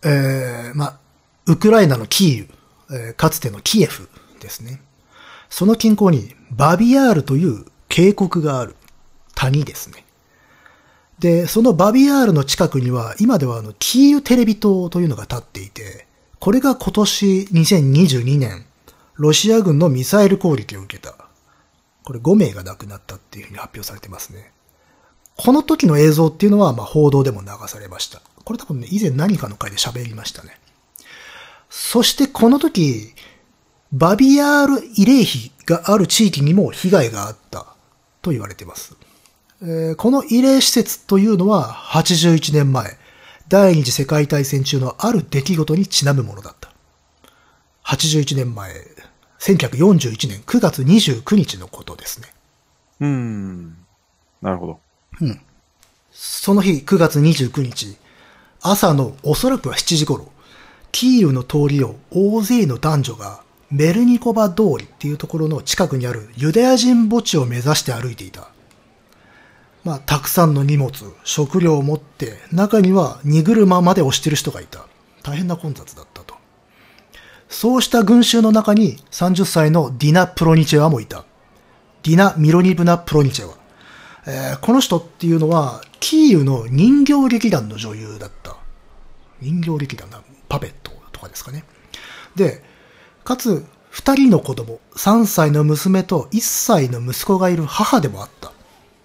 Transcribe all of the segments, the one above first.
ウクライナのキーウ、かつてのキエフですね。その近郊にバビアールという渓谷がある谷ですね。で、そのバビアールの近くには今ではキーウテレビ塔というのが立っていて、これが今年2022年、ロシア軍のミサイル攻撃を受けた。これ5名が亡くなったっていうふうに発表されてますね。この時の映像っていうのは報道でも流されました。これ多分ね、以前何かの回で喋りましたね。そしてこの時、バビアール慰霊碑がある地域にも被害があったと言われています。この慰霊施設というのは81年前、第二次世界大戦中のある出来事にちなむものだった。81年前、1941年9月29日のことですね。 なるほど。 その日、9月29日、朝のおそらくは7時頃、キーウの通りを大勢の男女がメルニコバ通りっていうところの近くにあるユダヤ人墓地を目指して歩いていた。たくさんの荷物、食料を持って、中には荷車まで押してる人がいた。大変な混雑だったと。そうした群衆の中に30歳のディナ・プロニチェワもいた。ディナ・ミロニブナ・プロニチェワ。この人っていうのは、キーウの人形劇団の女優だった。人形劇団のパペットとかですかね。で、かつ、2人の子供、3歳の娘と1歳の息子がいる母でもあった。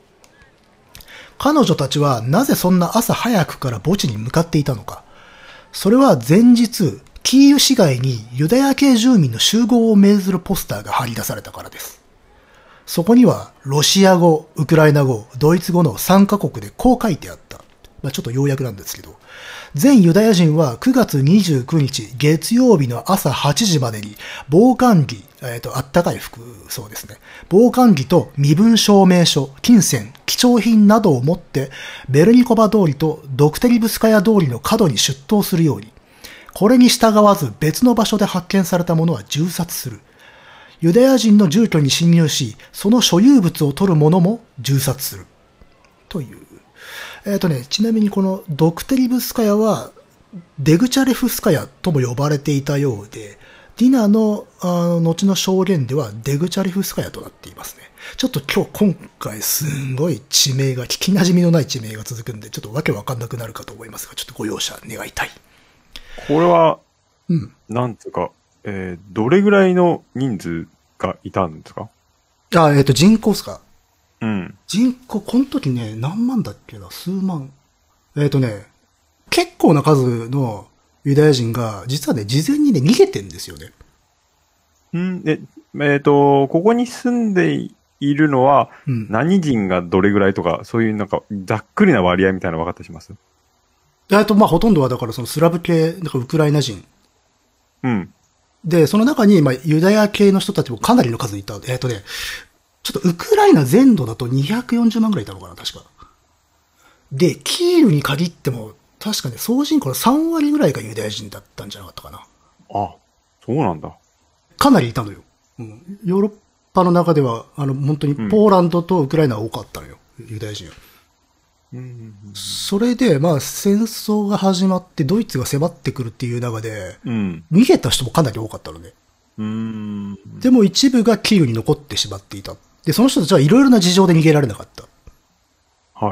彼女たちはなぜそんな朝早くから墓地に向かっていたのか。それは前日、キーウ市街にユダヤ系住民の集合を命ずるポスターが貼り出されたからです。そこにはロシア語、ウクライナ語、ドイツ語の3カ国でこう書いてあった。ちょっと要約なんですけど、全ユダヤ人は9月29日月曜日の朝8時までに防寒着、あったかい服、そうですね。防寒着と身分証明書、金銭、貴重品などを持ってベルニコバ通りとドクテリブスカヤ通りの角に出頭するように。これに従わず別の場所で発見されたものは銃殺する。ユダヤ人の住居に侵入し、その所有物を取る者も銃殺する。という。ちなみにこのドクテリブスカヤはデグチャレフスカヤとも呼ばれていたようで、ディナの後の証言ではデグチャレフスカヤとなっていますね。ちょっと今回すんごい地名が、聞き馴染みのない地名が続くんで、ちょっとわけわかんなくなるかと思いますが、ちょっとご容赦願いたい。 これは、なんつうか、どれぐらいの人数がいたんですか？ 人口っすか？ 人口、この時ね、何万だっけな、数万。結構な数のユダヤ人が、実はね、事前にね、逃げてんですよね。 ここに住んでいるのは、何人がどれぐらいとか、そういうなんか、ざっくりな割合みたいなの分かったりします？ ほとんどはだからそのスラブ系、なんかウクライナ人。で、その中に、ユダヤ系の人たちもかなりの数いた。ちょっとウクライナ全土だと240万ぐらいいたのかな、確か。で、キーウに限っても、確かね、総人口の3割ぐらいがユダヤ人だったんじゃなかったかな。 あ、そうなんだ。 かなりいたのよ。ヨーロッパの中では、本当にポーランドとウクライナは多かったのよ、ユダヤ人は。それで、戦争が始まってドイツが迫ってくるっていう中で、逃げた人もかなり多かったのね。でも一部がキーウに残ってしまっていた。で、その人たちはいろいろな事情で逃げられなかった。 はい。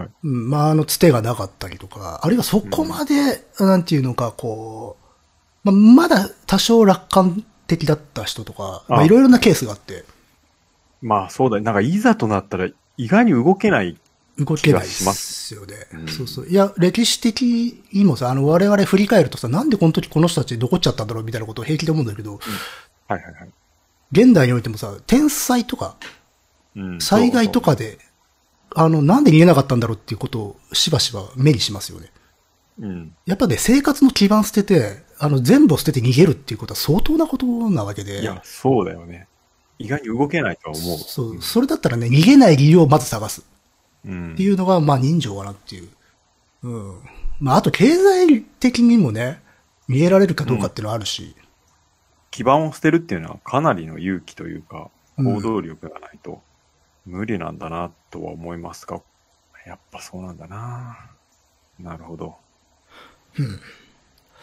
つてがなかったりとか、あるいはそこまで、なんていうのか、まだ多少楽観的だった人とか、いろいろなケースがあって。 そうだ。なんか、いざとなったら、意外に動けないですよね。そうそう。いや、歴史的にもさ、我々振り返るとさ、なんでこの時この人たち残っちゃったんだろうみたいなことを平気で思うんだけど、現代においてもさ、天災とか、災害とかで、なんで逃げなかったんだろうっていうことをしばしば目にしますよね。やっぱね、生活の基盤捨てて、全部を捨てて逃げるっていうことは相当なことなわけで。 いや、そうだよね。意外に動けないとは思う。 そう、それだったらね、逃げない理由をまず探す。っていうのが、人情かなっていう。あと経済的にもね、逃げられるかどうかっていうのはあるし。 基盤を捨てるっていうのはかなりの勇気というか、行動力がないと無理なんだなとは思いますが、やっぱそうなんだな。なるほど。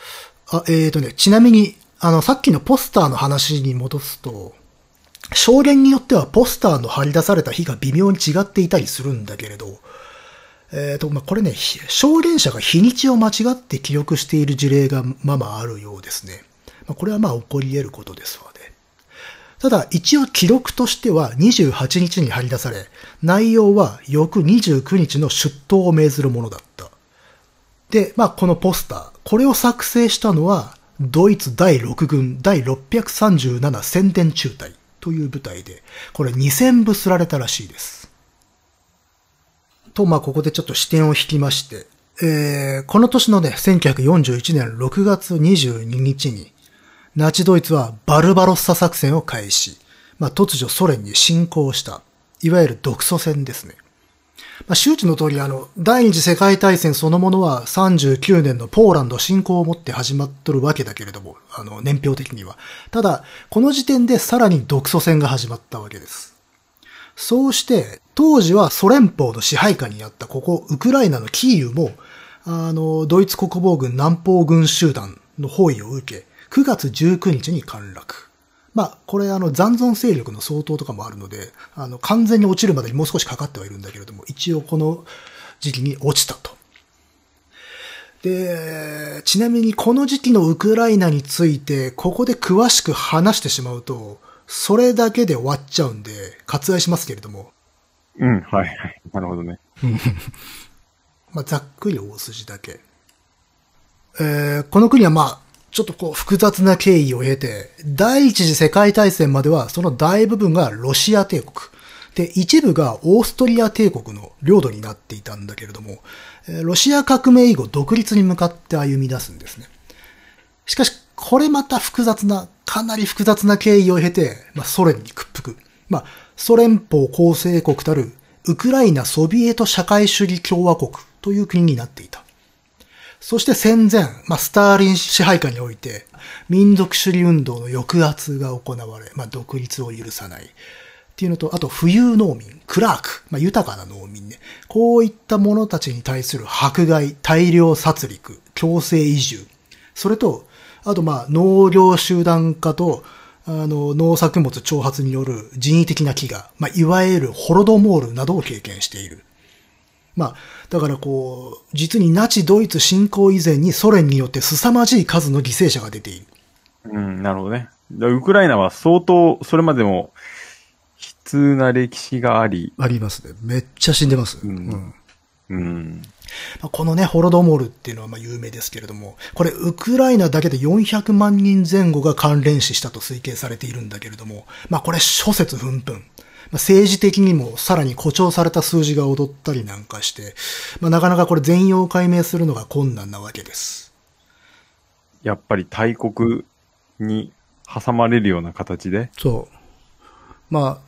ちなみに、さっきのポスターの話に戻すと、証言によってはポスターの貼り出された日が微妙に違っていたりするんだけれど、これね、証言者が日にちを間違って記録している事例がままあるようですね。これは起こり得ることですわね。ただ、一応記録としては28日に貼り出され、内容は翌29日の出頭を命ずるものだった。で、このポスター、これを作成したのは、ドイツ第6軍第637宣伝中隊という部隊で、これ2000部刷られたらしいです。と、ここでちょっと視点を引きまして、この年のね、1941年6月22日に、ナチドイツはバルバロッサ作戦を開始。突如ソ連に侵攻した。いわゆる独ソ戦ですね。周知の通り、第二次世界大戦そのものは39年のポーランド侵攻をもって始まっとるわけだけれども、年表的には。ただ、この時点でさらに独ソ戦が始まったわけです。そうして、当時はソ連邦の支配下にあったここ、ウクライナのキーウも、ドイツ国防軍南方軍集団の包囲を受け、9月19日に陥落。これ残存勢力の相当とかもあるので、完全に落ちるまでにもう少しかかってはいるんだけれども、一応この時期に落ちたと。で、ちなみにこの時期のウクライナについて、ここで詳しく話してしまうと、それだけで終わっちゃうんで、割愛しますけれども。 はい、はい。なるほどね。 ざっくり大筋だけ。この国はちょっと複雑な経緯を経て、第一次世界大戦まではその大部分がロシア帝国。で、一部がオーストリア帝国の領土になっていたんだけれども、ロシア革命以後独立に向かって歩み出すんですね。しかし、これまたかなり複雑な経緯を経て、ソ連に屈服。ソ連邦構成国たるウクライナソビエト社会主義共和国という国になっていた。そして戦前、スターリン支配下において、民族主義運動の抑圧が行われ、独立を許さない。っていうのと、あと富裕農民、クラーク、豊かな農民ね。こういった者たちに対する迫害、大量殺戮、強制移住。それと、あと農業集団化と、農作物徴発による人為的な飢餓、いわゆるホロドモールなどを経験している。だから実にナチドイツ侵攻以前にソ連によって凄まじい数の犠牲者が出ている。 なるほどね。ウクライナは相当、それまでも、悲痛な歴史がありますね。めっちゃ死んでます。このね、ホロドモールっていうのは有名ですけれども、これウクライナだけで400万人前後が関連死したと推計されているんだけれども、これ諸説紛々。政治的にもさらに誇張された数字が踊ったりなんかして、なかなかこれ全容を解明するのが困難なわけです。 やっぱり大国に挟まれるような形で。 そう。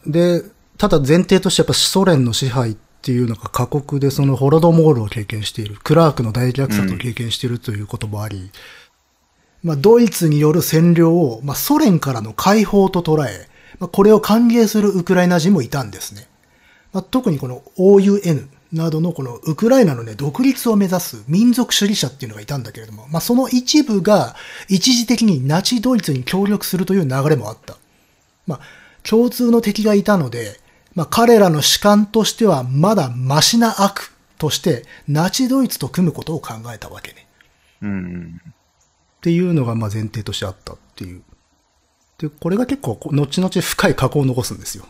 で、ただ前提としてやっぱソ連の支配っていうのが過酷でそのホロドモールを経験している、クラークの大虐殺を経験しているということもあり、ドイツによる占領を、ソ連からの解放と捉え、これを歓迎するウクライナ人もいたんですね。特にこの OUN などのこのウクライナのね、独立を目指す民族主義者っていうのがいたんだけれども、その一部が一時的にナチドイツに協力するという流れもあった。共通の敵がいたので、彼らの主観としてはまだマシな悪としてナチドイツと組むことを考えたわけね。っていうのが前提としてあったっていう。で、これが結構後々深い過去を残すんですよ。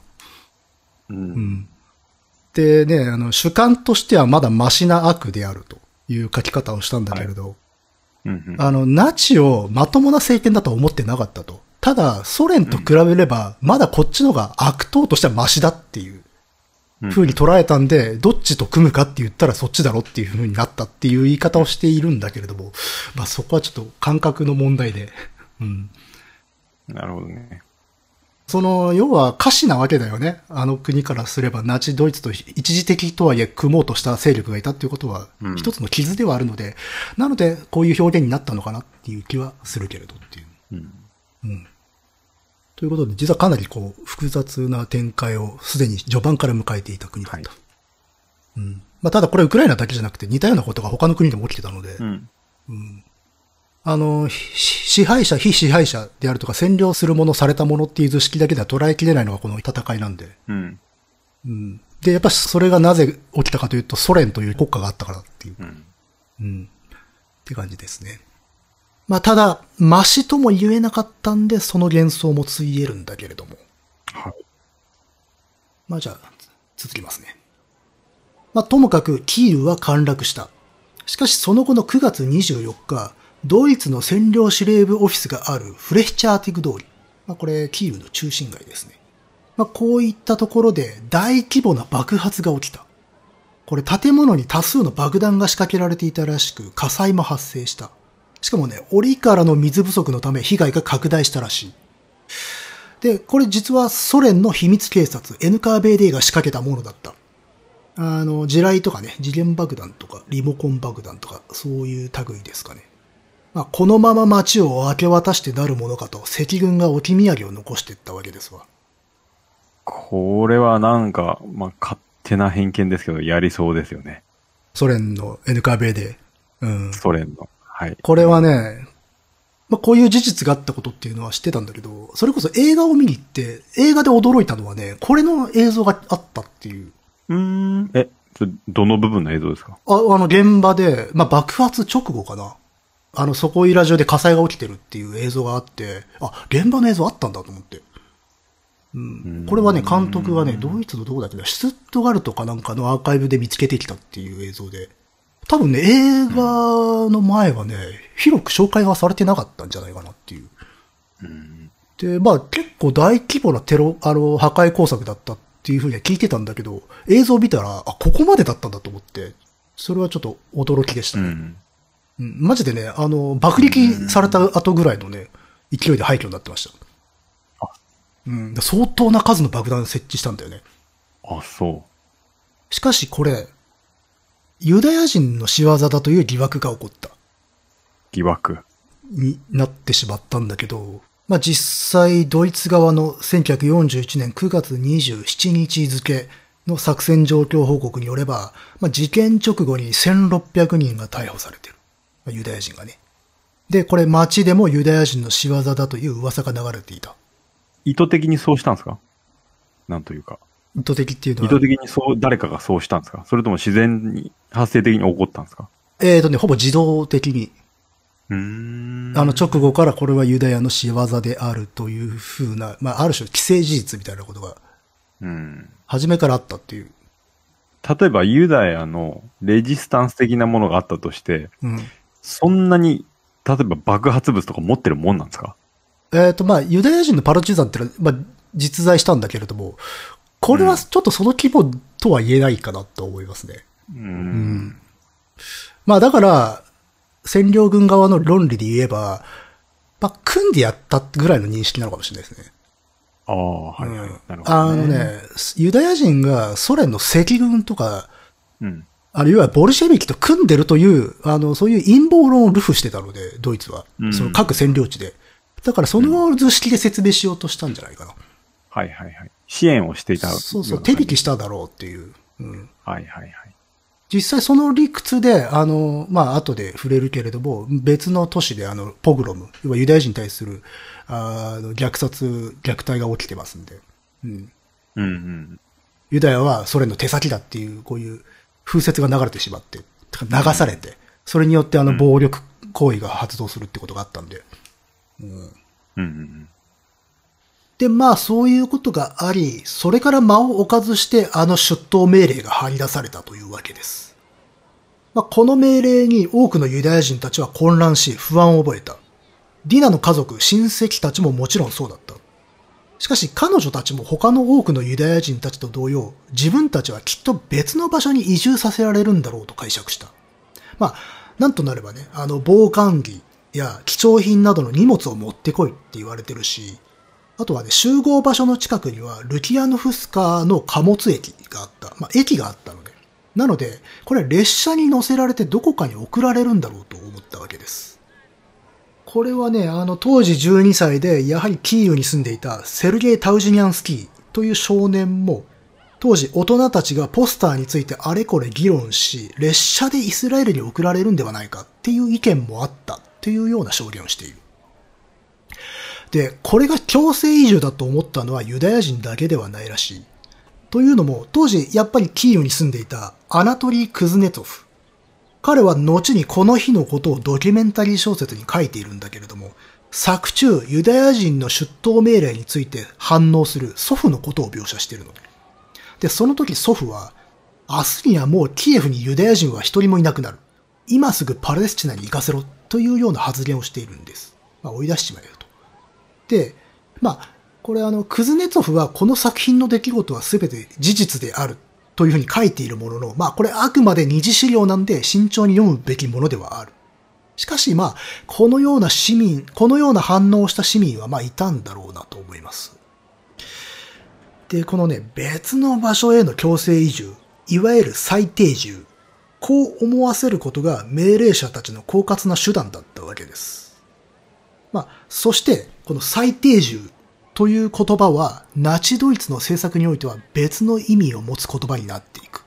でね、主観としてはまだマシな悪であるという書き方をしたんだけれど、ナチをまともな政権だと思ってなかったと。ただ、ソ連と比べれば、まだこっちのが悪党としてはマシだっていう風に捉えたんで、どっちと組むかって言ったらそっちだろっていう風になったっていう言い方をしているんだけれども、そこはちょっと感覚の問題で。 なるほどね。 要は歌詞なわけだよね。国からすればナチドイツと一時的とはいえ組もうとした勢力がいたっていうことは、一つの傷ではあるので、なのでこういう表現になったのかなっていう気はするけれどっていう。ということで、実はかなり複雑な展開をすでに序盤から迎えていた国だった。ただこれウクライナだけじゃなくて似たようなことが他の国でも起きてたので、 支配者、非支配者であるとか、占領するもの、されたものっていう図式だけでは捉えきれないのがこの戦いなんで。 うん。 うん。で、やっぱりそれがなぜ起きたかというと、ソ連という国家があったからっていう。うん。うん。って感じですね。まあ、ただ、マシとも言えなかったんで、その幻想もついえるんだけれども。 はい。 まあ、じゃあ、続きますね。まあ、ともかく、キーウは陥落した。しかし、その後の9月24日、ドイツの占領司令部オフィスがあるフレヒチャーティグ通り。まあ、これ、キーウの中心街ですね。まあ、こういったところで大規模な爆発が起きた。これ、建物に多数の爆弾が仕掛けられていたらしく、火災も発生した。しかもね、折からの水不足のため被害が拡大したらしい。で、これ実はソ連の秘密警察、NKVD が仕掛けたものだった。地雷とかね、時限爆弾とか、リモコン爆弾とか、そういう類ですかね。まあ、このまま街を明け渡してなるものかと、赤軍が置き土産を残していったわけですわ。 これはなんか、まあ、勝手な偏見ですけど、やりそうですよね。 ソ連の NKVD。うん。 ソ連の。はい。 これはね、まあ、こういう事実があったことっていうのは知ってたんだけど、それこそ映画を見に行って、映画で驚いたのはね、これの映像があったっていう。 どの部分の映像ですか？ 現場で、まあ、爆発直後かな。そこいら中で火災が起きてるっていう映像があって、現場の映像あったんだと思って。うん。これはね、監督がね、ドイツのどこだっけな、シュツットガルトかなんかのアーカイブで見つけてきたっていう映像で。多分ね、映画の前はね、広く紹介はされてなかったんじゃないかなっていう。で、まあ結構大規模な破壊工作だったっていうふうには聞いてたんだけど、映像を見たら、ここまでだったんだと思って、それはちょっと驚きでしたね。マジでね、爆撃された後ぐらいのね、勢いで廃墟になってました。相当な数の爆弾を設置したんだよね。 あ、そう。 しかしこれ、ユダヤ人の仕業だという疑惑が起こった。 疑惑になってしまったんだけど、まあ、実際ドイツ側の1941年9月27日付の作戦状況報告によれば、まあ、事件直後に1600人が逮捕されてる。まあ、ユダヤ人がね。で、これ街でもユダヤ人の仕業だという噂が流れていた。 意図的にそうしたんですか？なんというか。 意図的っていうのは。 意図的に誰かがそうしたんですか？それとも自然に、発生的に起こったんですか？ ほぼ自動的に。直後からこれはユダヤの仕業であるというふうな、まあ、ある種既成事実みたいなことが、初めからあったっていう。 例えばユダヤのレジスタンス的なものがあったとして、そんなに、例えば爆発物とか持ってるもんなんですか？ まあ、ユダヤ人のパルチザンってのは、まあ、実在したんだけれども、これはちょっとその規模とは言えないかなと思いますね。まあ、だから、占領軍側の論理で言えば、まあ、組んでやったぐらいの認識なのかもしれないですね。 はいはい。なるほどね。 ユダヤ人がソ連の赤軍とか、いわゆるボルシェビキと組んでるという、そういう陰謀論を流布してたので、ドイツは。その各占領地で。だからその図式で説明しようとしたんじゃないかな。 はいはいはい。支援をしていた。 そうそう、手引きしただろうっていう。 はいはいはい。 実際その理屈で、まあ、後で触れるけれども、別の都市でポグロム、要はユダヤ人に対する、虐待が起きてますんで。ユダヤはソ連の手先だっていう、こういう風説が流れてしまって、流されて、それによって暴力行為が発動するってことがあったんで。で、まあそういうことがあり、それから間を置かずして出頭命令が張り出されたというわけです。まあこの命令に多くのユダヤ人たちは混乱し不安を覚えた。ディナの家族、親戚たちももちろんそうだった。しかし彼女たちも他の多くのユダヤ人たちと同様、自分たちはきっと別の場所に移住させられるんだろうと解釈した。まあ、なんとなればね、防寒着や貴重品などの荷物を持ってこいって言われてるし、あとはね、集合場所の近くにはルキアノフスカの貨物駅があった。まあ、駅があったので。なので、これは列車に乗せられてどこかに送られるんだろうと思ったわけです。これはね、当時12歳で、やはりキーウに住んでいたセルゲイ・タウジニャンスキーという少年も、当時大人たちがポスターについてあれこれ議論し、列車でイスラエルに送られるんではないかっていう意見もあったっっていうような証言をしている。で、これが強制移住だと思ったのはユダヤ人だけではないらしい。というのも、当時やっぱりキーウに住んでいたアナトリー・クズネツォフ。彼は後にこの日のことをドキュメンタリー小説に書いているんだけれども、作中ユダヤ人の出頭命令について反応する祖父のことを描写しているので。で、その時祖父は、明日にはもうキエフにユダヤ人は一人もいなくなる。今すぐパレスチナに行かせろというような発言をしているんです。追い出しちまえよと。で、これクズネツォフはこの作品の出来事は全て事実であるというふうに書いているものの、これあくまで二次資料なんで慎重に読むべきものではある。しかしこのような反応をした市民はいたんだろうなと思います。で、このね、別の場所への強制移住、いわゆる再定住、こう思わせることが命令者たちの狡猾な手段だったわけです。そして、この再定住という言葉は、ナチドイツの政策においては別の意味を持つ言葉になっていく。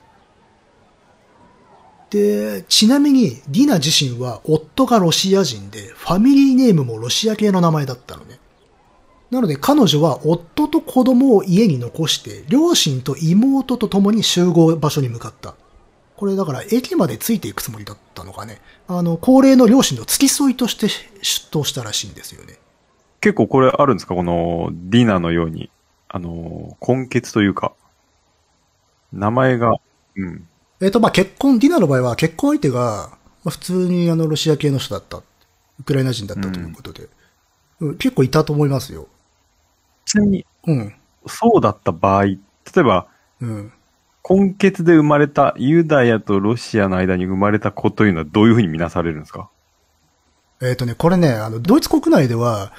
で、ちなみに、ディナ自身は夫がロシア人で、ファミリーネームもロシア系の名前だったのね。なので彼女は夫と子供を家に残して、両親と妹と共に集合場所に向かった。これだから駅までついていくつもりだったのかね。高齢の両親の付き添いとして出頭したらしいんですよね。 結構これあるんですか？このディナのように、根血というか、名前が、うん。 ディナの場合は結婚相手が、普通にロシア系の人だった。ウクライナ人だったということで。結構いたと思いますよ。 ちなみに、そうだった場合、例えば、根血で生まれたユダヤとロシアの間に生まれた子というのはどういうふうに見なされるんですか？ これね、ドイツ国内では、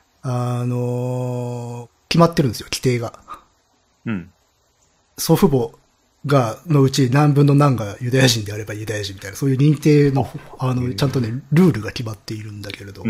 決まってるんですよ、規定が。祖父母のうち何分の何がユダヤ人であればユダヤ人みたいな、そういう認定の、ちゃんとね、ルールが決まっているんだけれど。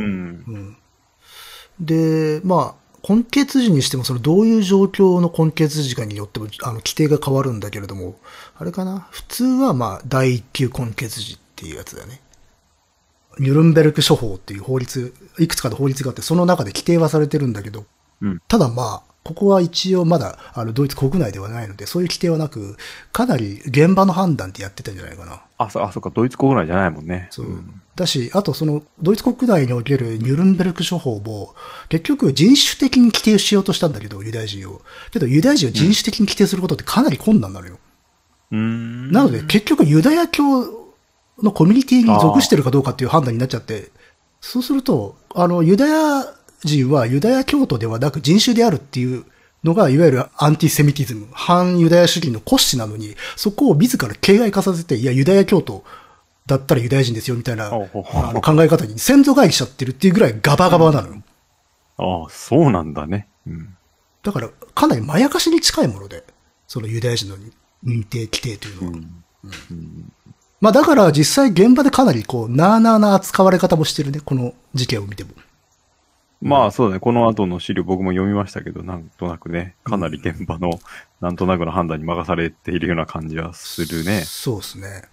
で、根血児にしても、どういう状況の根血児かによっても、規定が変わるんだけれども、あれかな、普通は第一級根血児っていうやつだよね。ニュルンベルク処方っていう法律、いくつかの法律があって、その中で規定はされてるんだけど、ただここは一応まだ、ドイツ国内ではないので、そういう規定はなく、かなり現場の判断ってやってたんじゃないかな。 そうか、ドイツ国内じゃないもんね。 そう。だし、あとドイツ国内におけるニュルンベルク処方も、結局人種的に規定しようとしたんだけど、ユダヤ人を。けど、ユダヤ人を人種的に規定することってかなり困難なのよ。なので、結局ユダヤ教のコミュニティに属してるかどうかっていう判断になっちゃって、そうすると、ユダヤ人はユダヤ教徒ではなく人種であるっていうのが、いわゆるアンティセミティズム、反ユダヤ主義の骨子なのに、そこを自ら形骸化させて、いや、ユダヤ教徒だったらユダヤ人ですよ、みたいな考え方に先祖返りしちゃってるっていうぐらいガバガバなのよ。 そうなんだね。 だから、かなりまやかしに近いもので、そのユダヤ人の認定、規定というのは。だから実際現場でかなりなーな扱われ方もしてるね、この事件を見ても。 そうだね。この後の資料僕も読みましたけど、なんとなくね、かなり現場のなんとなくの判断に任されているような感じはするね。 そうですね。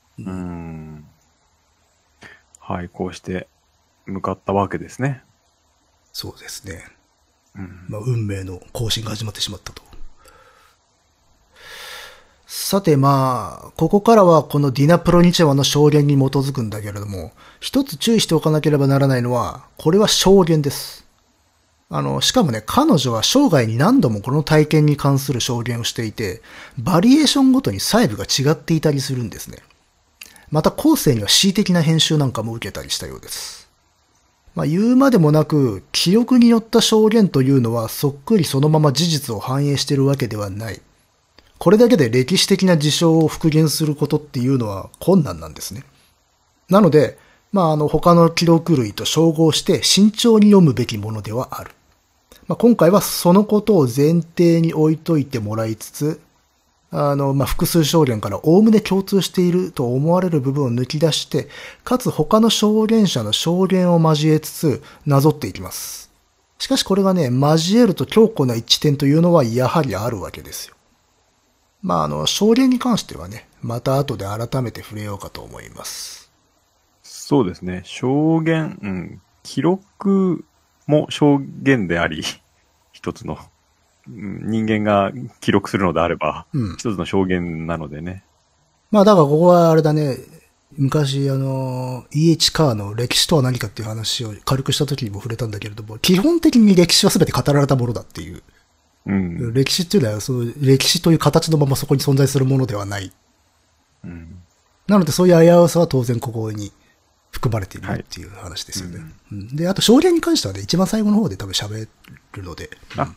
はい、こうして向かったわけですね。 そうですね。運命の更新が始まってしまったと。さてここからはこのディナ・プロニチェワの証言に基づくんだけれども、一つ注意しておかなければならないのは、これは証言です。しかもね、彼女は生涯に何度もこの体験に関する証言をしていて、バリエーションごとに細部が違っていたりするんですね。また後世には恣意的な編集なんかも受けたりしたようです。言うまでもなく、記憶によった証言というのはそっくりそのまま事実を反映しているわけではない。これだけで歴史的な事象を復元することっていうのは困難なんですね。なので、他の記録類と照合して慎重に読むべきものではある。今回はそのことを前提に置いといてもらいつつ、複数証言からおおむね共通していると思われる部分を抜き出して、かつ他の証言者の証言を交えつつ、なぞっていきます。しかしこれがね、交えると強固な一致点というのはやはりあるわけですよ。証言に関してはね、また後で改めて触れようかと思います。 そうですね。証言、記録も証言であり、一つの、人間が記録するのであれば、一つの証言なのでね。 まあだからここはあれだね、昔E.H. カーの歴史とは何かっていう話を軽くした時にも触れたんだけれども、基本的に歴史は全て語られたものだっていう。歴史っていうのは、その歴史という形のままそこに存在するものではない。なのでそういう危うさは当然ここに含まれているっていう話ですよね。で、あと証言に関してはね、一番最後の方で多分喋るので。 はい。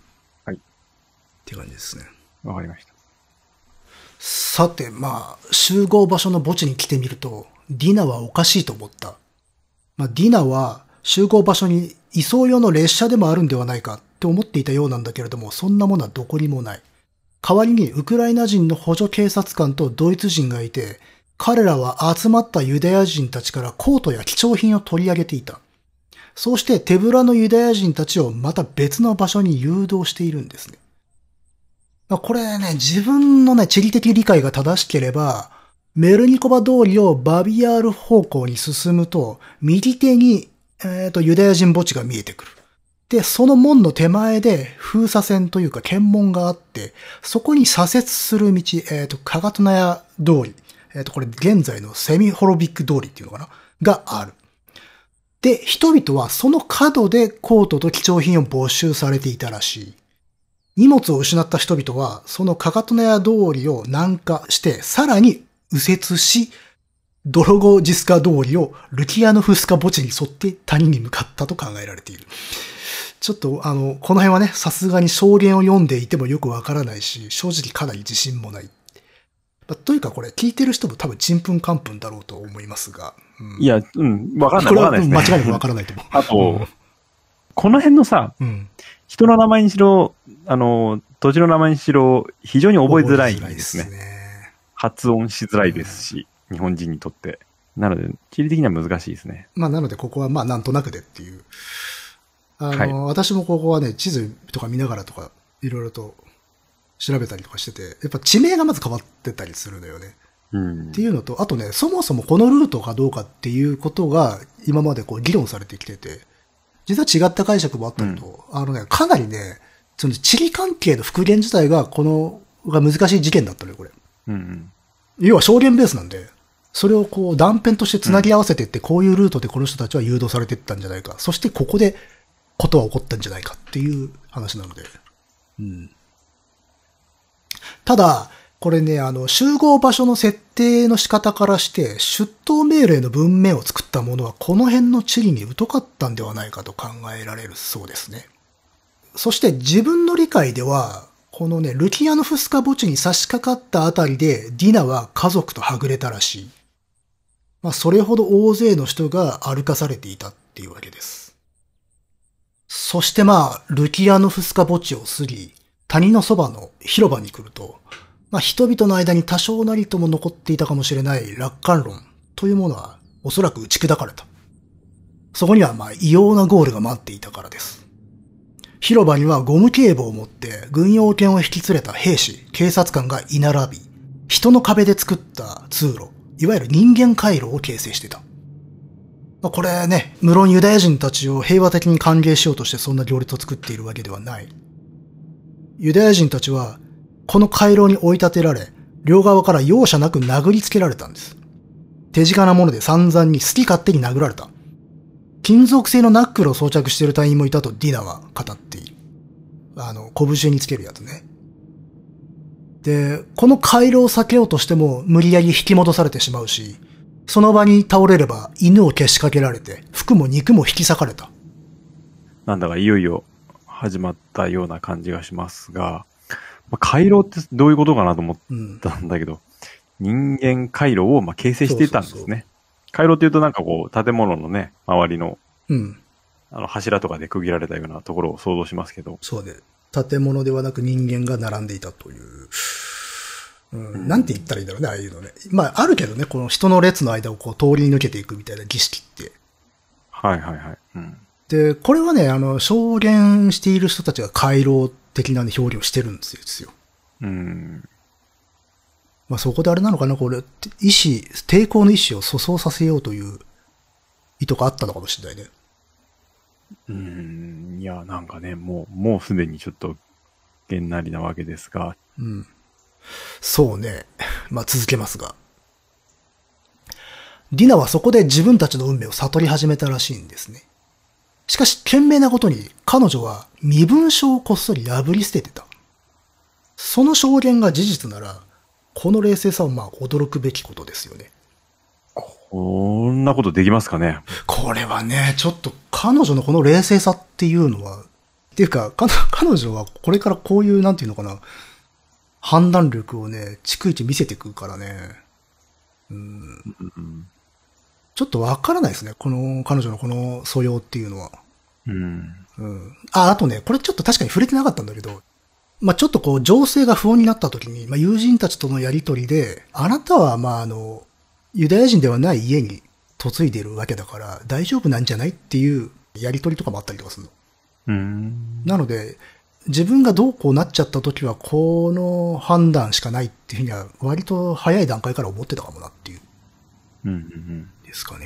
っていう感じですね。 わかりました。 さて、まあ、集合場所の墓地に来てみると、ディナはおかしいと思った。まあ、ディナは集合場所に移送用の列車でもあるんではないかって思っていたようなんだけれども、そんなものはどこにもない。代わりにウクライナ人の補助警察官とドイツ人がいて、彼らは集まったユダヤ人たちからコートや貴重品を取り上げていた。そうして手ぶらのユダヤ人たちをまた別の場所に誘導しているんですね。これね、自分のね、地理的理解が正しければ、メルニコバ通りをバビアール方向に進むと、右手に、ユダヤ人墓地が見えてくる。で、その門の手前で封鎖線というか検問があって、そこに左折する道、カガトナヤ通り、これ現在のセミホロビック通りっていうのかながある。で、人々はその角でコートと貴重品を没収されていたらしい。荷物を失った人々は、そのカガトナヤ通りを南下して、さらに右折し、ドロゴジスカ通りをルキアノフスカ墓地に沿って谷に向かったと考えられている。ちょっと、この辺はね、さすがに証言を読んでいてもよくわからないし、正直かなり自信もない。というかこれ、聞いてる人も多分ちんぷんかんぷんだろうと思いますが。 いや、わかんない。 これはですね。 間違いなくわからないと思う。 あと、この辺のさ、人の名前にしろ、土地の名前にしろ、非常に覚えづらいですね。発音しづらいですし、日本人にとって。なので、地理的には難しいですね。 まあ、なので、ここはまあ、なんとなくでっていう。私もここはね、地図とか見ながらとか、いろいろと調べたりとかしてて、やっぱ地名がまず変わってたりするのよね。っていうのと、あとね、そもそもこのルートかどうかっていうことが、今までこう議論されてきてて、実は違った解釈もあったのと、かなりね、その地理関係の復元自体がが難しい事件だったのよ、これ。要は証言ベースなんで、それをこう断片として繋ぎ合わせてって、こういうルートでこの人たちは誘導されていったんじゃないか。そしてここでことは起こったんじゃないかっていう話なので。ただ、これね、集合場所の設定の仕方からして、出頭命令の文面を作ったものはこの辺の地理に疎かったんではないかと考えられるそうですね。そして自分の理解では、このね、ルキアノフスカ墓地に差し掛かったあたりで、ディナは家族とはぐれたらしい。まあ、それほど大勢の人が歩かされていたっていうわけです。そしてまあ、ルキアノフスカ墓地を過ぎ、谷のそばの広場に来ると、まあ、人々の間に多少なりとも残っていたかもしれない楽観論というものは、おそらく打ち砕かれた。そこにはまあ、異様なゴールが待っていたからです。広場にはゴム警棒を持って軍用犬を引き連れた兵士、警察官が居並び、人の壁で作った通路、いわゆる人間回廊を形成していた。まあ、これね、無論ユダヤ人たちを平和的に歓迎しようとしてそんな行列を作っているわけではない。ユダヤ人たちは、この回廊に追い立てられ、両側から容赦なく殴りつけられたんです。手近なもので散々に好き勝手に殴られた。金属製のナックルを装着している隊員もいたとディナは語っている。拳につけるやつね。で、この回廊を避けようとしても無理やり引き戻されてしまうし、その場に倒れれば犬をけしかけられて、服も肉も引き裂かれた。 なんだかいよいよ始まったような感じがしますが、回廊ってどういうことかなと思ったんだけど、人間回廊を形成していたんですね。回廊って言うとなんかこう、建物のね、周りの、柱とかで区切られたようなところを想像しますけど。 そうね。建物ではなく人間が並んでいたという。なんて言ったらいいんだろうね、ああいうのね。まあ、あるけどね、この人の列の間をこう通り抜けていくみたいな儀式って。 はいはいはい。 で、これはね、証言している人たちが回廊的な、ね、表現をしてるんですよ。まあそこであれなのかな、これ、抵抗の意志を粗相させようという意図があったのかもしれないね。 いや、なんかね、もうすでにちょっと、げんなりなわけですが。 うん。そうね。まあ続けますが。ディナはそこで自分たちの運命を悟り始めたらしいんですね。しかし、懸命なことに彼女は身分証をこっそり破り捨ててた。その証言が事実なら、この冷静さはまあ驚くべきことですよね。 こんなことできますかね。 これはね、ちょっと彼女のこの冷静さっていうのは、っていうか、彼女はこれからこういう、なんていうのかな、判断力をね、逐一見せてくるからね。ちょっとわからないですね。この、彼女のこの素養っていうのは。あとね、これちょっと確かに触れてなかったんだけど、まあ、ちょっとこう、情勢が不穏になった時に、まあ、友人たちとのやりとりで、あなたは、まあ、ユダヤ人ではない家に嫁いでるわけだから、大丈夫なんじゃないっていうやりとりとかもあったりとかするの。なので、自分がどうこうなっちゃった時は、この判断しかないっていうふうには、割と早い段階から思ってたかもなっていう。ですかね。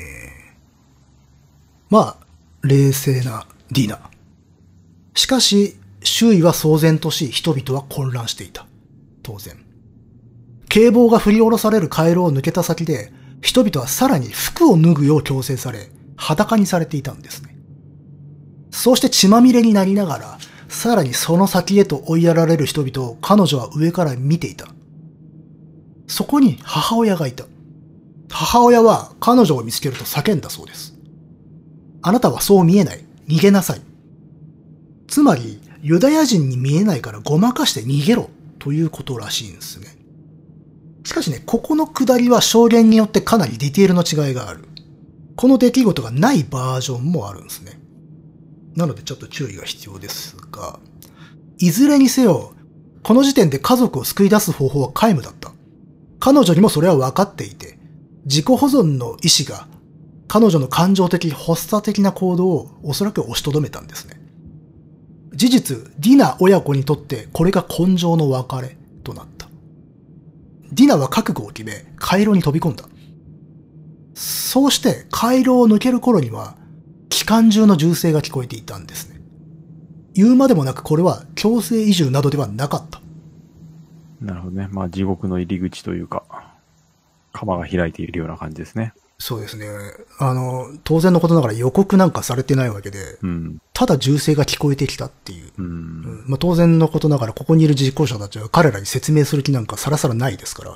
まあ、冷静なディナ。しかし、周囲は騒然とし、人々は混乱していた。当然。警棒が振り下ろされる回廊を抜けた先で、人々はさらに服を脱ぐよう強制され、裸にされていたんですね。そうして血まみれになりながら、さらにその先へと追いやられる人々を彼女は上から見ていた。そこに母親がいた。母親は彼女を見つけると叫んだそうです。あなたはそう見えない。逃げなさい。つまり、ユダヤ人に見えないからごまかして逃げろということらしいんですね。しかしね、ここの下りは証言によってかなりディテールの違いがある。この出来事がないバージョンもあるんですね。なのでちょっと注意が必要ですが、いずれにせよ、この時点で家族を救い出す方法は皆無だった。彼女にもそれは分かっていて、自己保存の意志が彼女の感情的、発作的な行動をおそらく押しとどめたんですね。事実、ディナ親子にとってこれが根性の別れとなった。ディナは覚悟を決め、回廊に飛び込んだ。そうして回廊を抜ける頃には、機関銃の銃声が聞こえていたんですね。言うまでもなくこれは強制移住などではなかった。 なるほどね。まあ地獄の入り口というか、釜が開いているような感じですね。 そうですね。当然のことながら予告なんかされてないわけで、ただ銃声が聞こえてきたっていう。まあ、当然のことながらここにいる実行者たちは彼らに説明する気なんかさらさらないですから。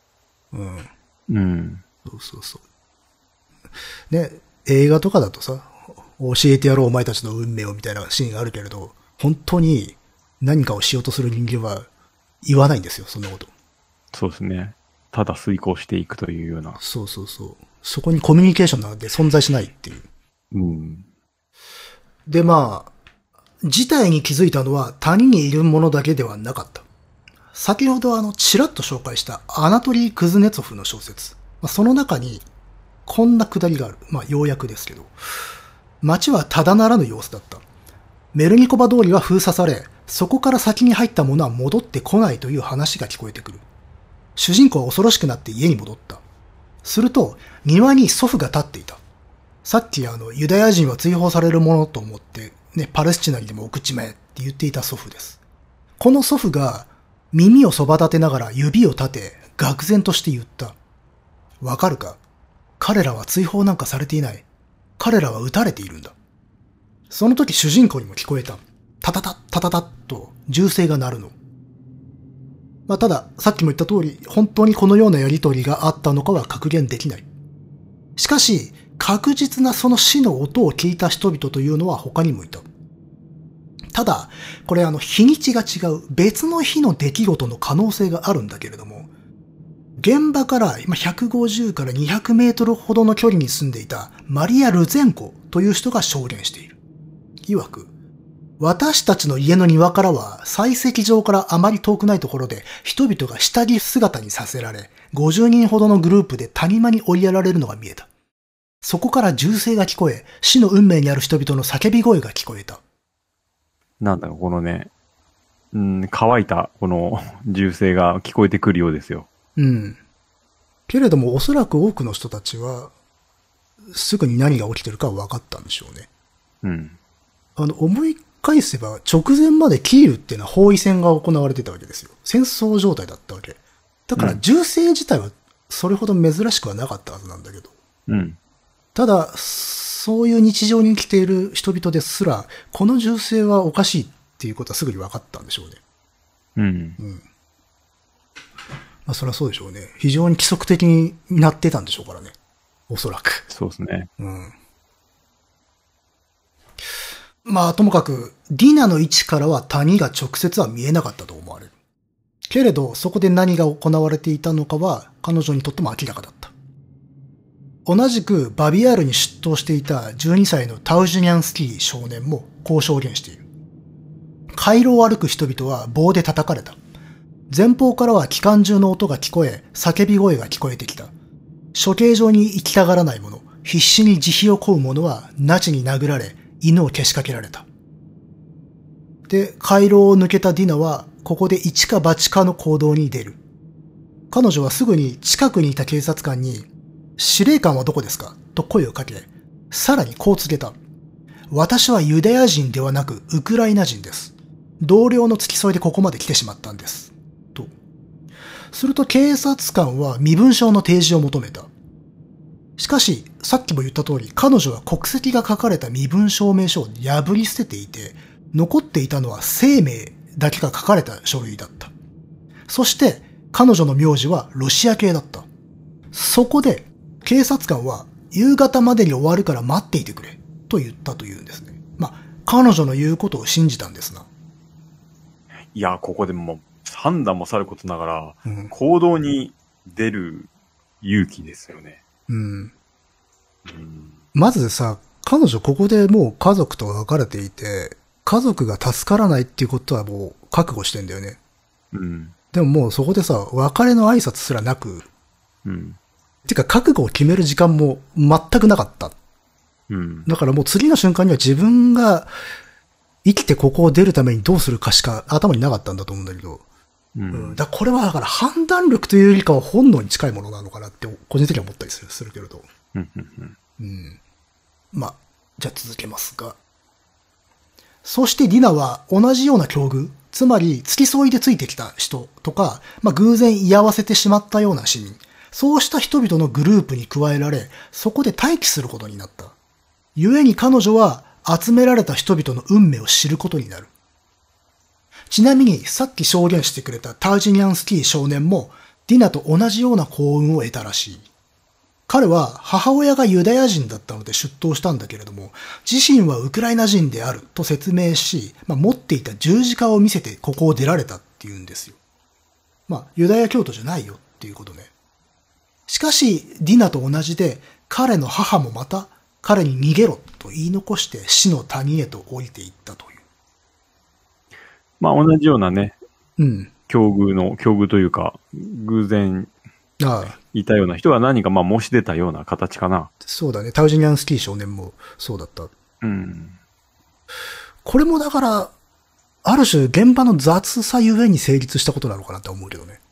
そうそう。ね、映画とかだとさ、教えてやろうお前たちの運命をみたいなシーンがあるけれど、本当に何かをしようとする人間は言わないんですよ、そんなこと。 そうですね。ただ遂行していくというような。 そう。そこにコミュニケーションなんて存在しないっていう。で、まあ、事態に気づいたのは谷にいるものだけではなかった。先ほどちらっと紹介したアナトリー・クズネツォフの小説。その中に、こんなくだりがある。まあ、要約ですけど。街はただならぬ様子だった。メルニコバ通りは封鎖され、そこから先に入ったものは戻ってこないという話が聞こえてくる。主人公は恐ろしくなって家に戻った。すると、庭に祖父が立っていた。さっきユダヤ人は追放されるものと思って、ね、パレスチナにでも送っちまえって言っていた祖父です。この祖父が耳をそば立てながら指を立て、愕然として言った。わかるか？彼らは追放なんかされていない。彼らは撃たれているんだ。その時主人公にも聞こえた。タタタッタタタッと銃声が鳴るの。まあ、ただ、さっきも言った通り、本当にこのようなやりとりがあったのかは確言できない。しかし、確実なその死の音を聞いた人々というのは他にもいた。ただ、これ日にちが違う別の日の出来事の可能性があるんだけれども、現場から今150から200メートルほどの距離に住んでいたマリア・ルゼンコという人が証言している。曰く、私たちの家の庭からは採石場からあまり遠くないところで人々が下着姿にさせられ、50人ほどのグループで谷間に追いやられるのが見えた。そこから銃声が聞こえ、死の運命にある人々の叫び声が聞こえた。 なんだろう、このね、乾いたこの銃声が聞こえてくるようですよ。 けれどもおそらく多くの人たちは、 すぐに何が起きてるかは分かったんでしょうね。 うん。 思い返せば直前までキールっていうのは包囲戦が行われてたわけですよ。戦争状態だったわけ。だから銃声自体はそれほど珍しくはなかったはずなんだけど。 うん。 ただ、そういう日常に生きている人々ですら、この銃声はおかしいっていうことはすぐに分かったんでしょうね。 うん。 うん。まあそりゃそうでしょうね。非常に規則的になってたんでしょうからね。おそらく。 そうですね。 うん。まあともかく、ディナの位置からは谷が直接は見えなかったと思われる。けれど、そこで何が行われていたのかは彼女にとっても明らかだった。同じくバビアールに出頭していた12歳のタウジュニャンスキー少年もこう証言している。回廊を歩く人々は棒で叩かれた。前方からは機関銃の音が聞こえ、叫び声が聞こえてきた。処刑場に行きたがらない者、必死に慈悲を請う者はナチに殴られ、犬をけしかけられた。で、回廊を抜けたディナは、ここで一か八かの行動に出る。彼女はすぐに近くにいた警察官に、司令官はどこですかと声をかけ、さらにこう告げた。私はユダヤ人ではなくウクライナ人です。同僚の付き添いでここまで来てしまったんです。と。すると警察官は身分証の提示を求めた。しかし、さっきも言った通り、彼女は国籍が書かれた身分証明書を破り捨てていて、残っていたのは生命だけが書かれた書類だった。そして、彼女の名字はロシア系だった。そこで、警察官は夕方までに終わるから待っていてくれ、と言ったというんですね。まあ、彼女の言うことを信じたんですな。 いや、ここでも判断もさることながら、 うん、 行動に出る勇気ですよね。 うん。 うん、 まずさ、彼女ここでもう家族と別れていて、家族が助からないっていうことはもう覚悟してんだよね。 うん。 でももうそこでさ、別れの挨拶すらなく、 うん。 てか覚悟を決める時間も全くなかった。 うん。 だからもう次の瞬間には自分が生きてここを出るためにどうするかしか頭になかったんだと思うんだけど。 うん。 だからこれはだから判断力というよりかは本能に近いものなのかなって個人的には思ったりするけれど。 うん。うん。 うん。まあ、じゃあ続けますが。そしてディナは同じような境遇、つまり付き添いでついてきた人とか、まあ偶然居合わせてしまったような市民、そうした人々のグループに加えられ、そこで待機することになった。故に彼女は集められた人々の運命を知ることになる。ちなみにさっき証言してくれたタージニャンスキー少年もディナと同じような幸運を得たらしい。彼は母親がユダヤ人だったので出頭したんだけれども、自身はウクライナ人であると説明し、持っていた十字架を見せてここを出られたっていうんですよ。ユダヤ教徒じゃないよっていうことね。しかし、ディナと同じで、彼の母もまた彼に逃げろと言い残して死の谷へと降りていったという。 同じようなね、 うん。 境遇というか、偶然、いたような人が何か申し出たような形かな。 そうだね。タウジニャンスキー少年もそうだった。 うん。 これもだから、ある種現場の雑さゆえに成立したことなのかなって思うけどね。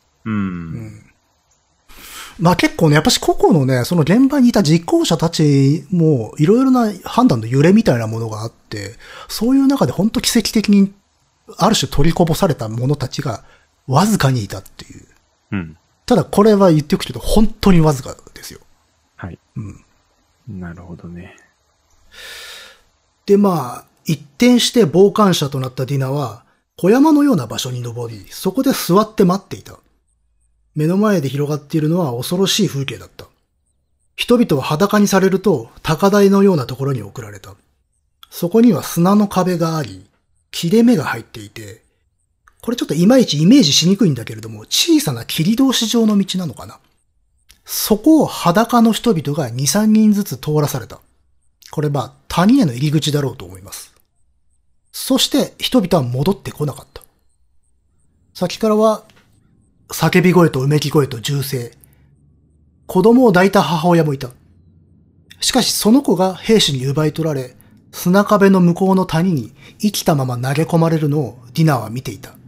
結構ね、やっぱし個々のね、その現場にいた実行者たちもいろいろな判断の揺れみたいなものがあって、そういう中で本当奇跡的にある種取りこぼされた者たちがわずかにいたっていう。 うん。 ただこれは言っておくけど本当にわずかですよ。 はい。なるほどね。 で一転して傍観者となったディナは小山のような場所に登り、そこで座って待っていた。目の前で広がっているのは恐ろしい風景だった。人々は裸にされると高台のようなところに送られた。そこには砂の壁があり、切れ目が入っていて、これちょっといまいちイメージしにくいんだけれども、小さな切り通し状の道なのかな。そこを裸の人々が2、3人ずつ通らされた。これ谷への入り口だろうと思います。そして人々は戻ってこなかった。先からは叫び声とうめき声と銃声。子供を抱いた母親もいた。しかしその子が兵士に奪い取られ、砂壁の向こうの谷に生きたまま投げ込まれるのをディナは見ていた。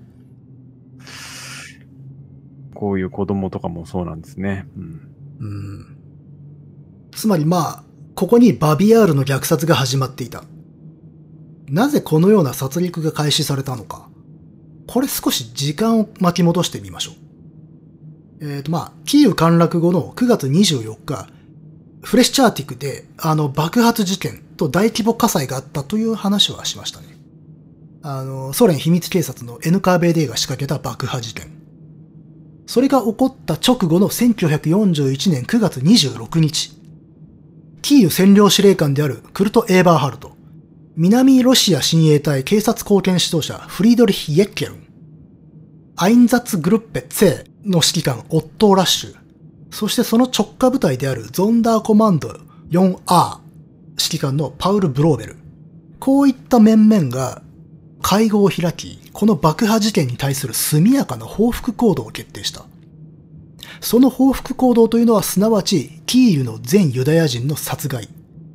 こういう子供とかもそうなんですね。 つまりここにバビアールの虐殺が始まっていた。なぜこのような殺戮が開始されたのか。これ少し時間を巻き戻してみましょう。キーウ陥落後の9月24日、フレシチャーティクで爆発事件と大規模火災があったという話はしましたね。ソ連秘密警察の NKVD が仕掛けた爆破事件。それが起こった直後の1941年9月26日、キーウ占領司令官であるクルト・エーバーハルト、南ロシア親衛隊警察貢献指導者フリードリヒ・イェッケルン、アインザッツグルッペ・ツェーの指揮官オットー・ラッシュ、そしてその直下部隊であるゾンダーコマンド 4R 指揮官のパウル・ブローベル。こういった面々が会合を開き、この爆破事件に対する速やかな報復行動を決定した。その報復行動というのはすなわちキーウの全ユダヤ人の殺害。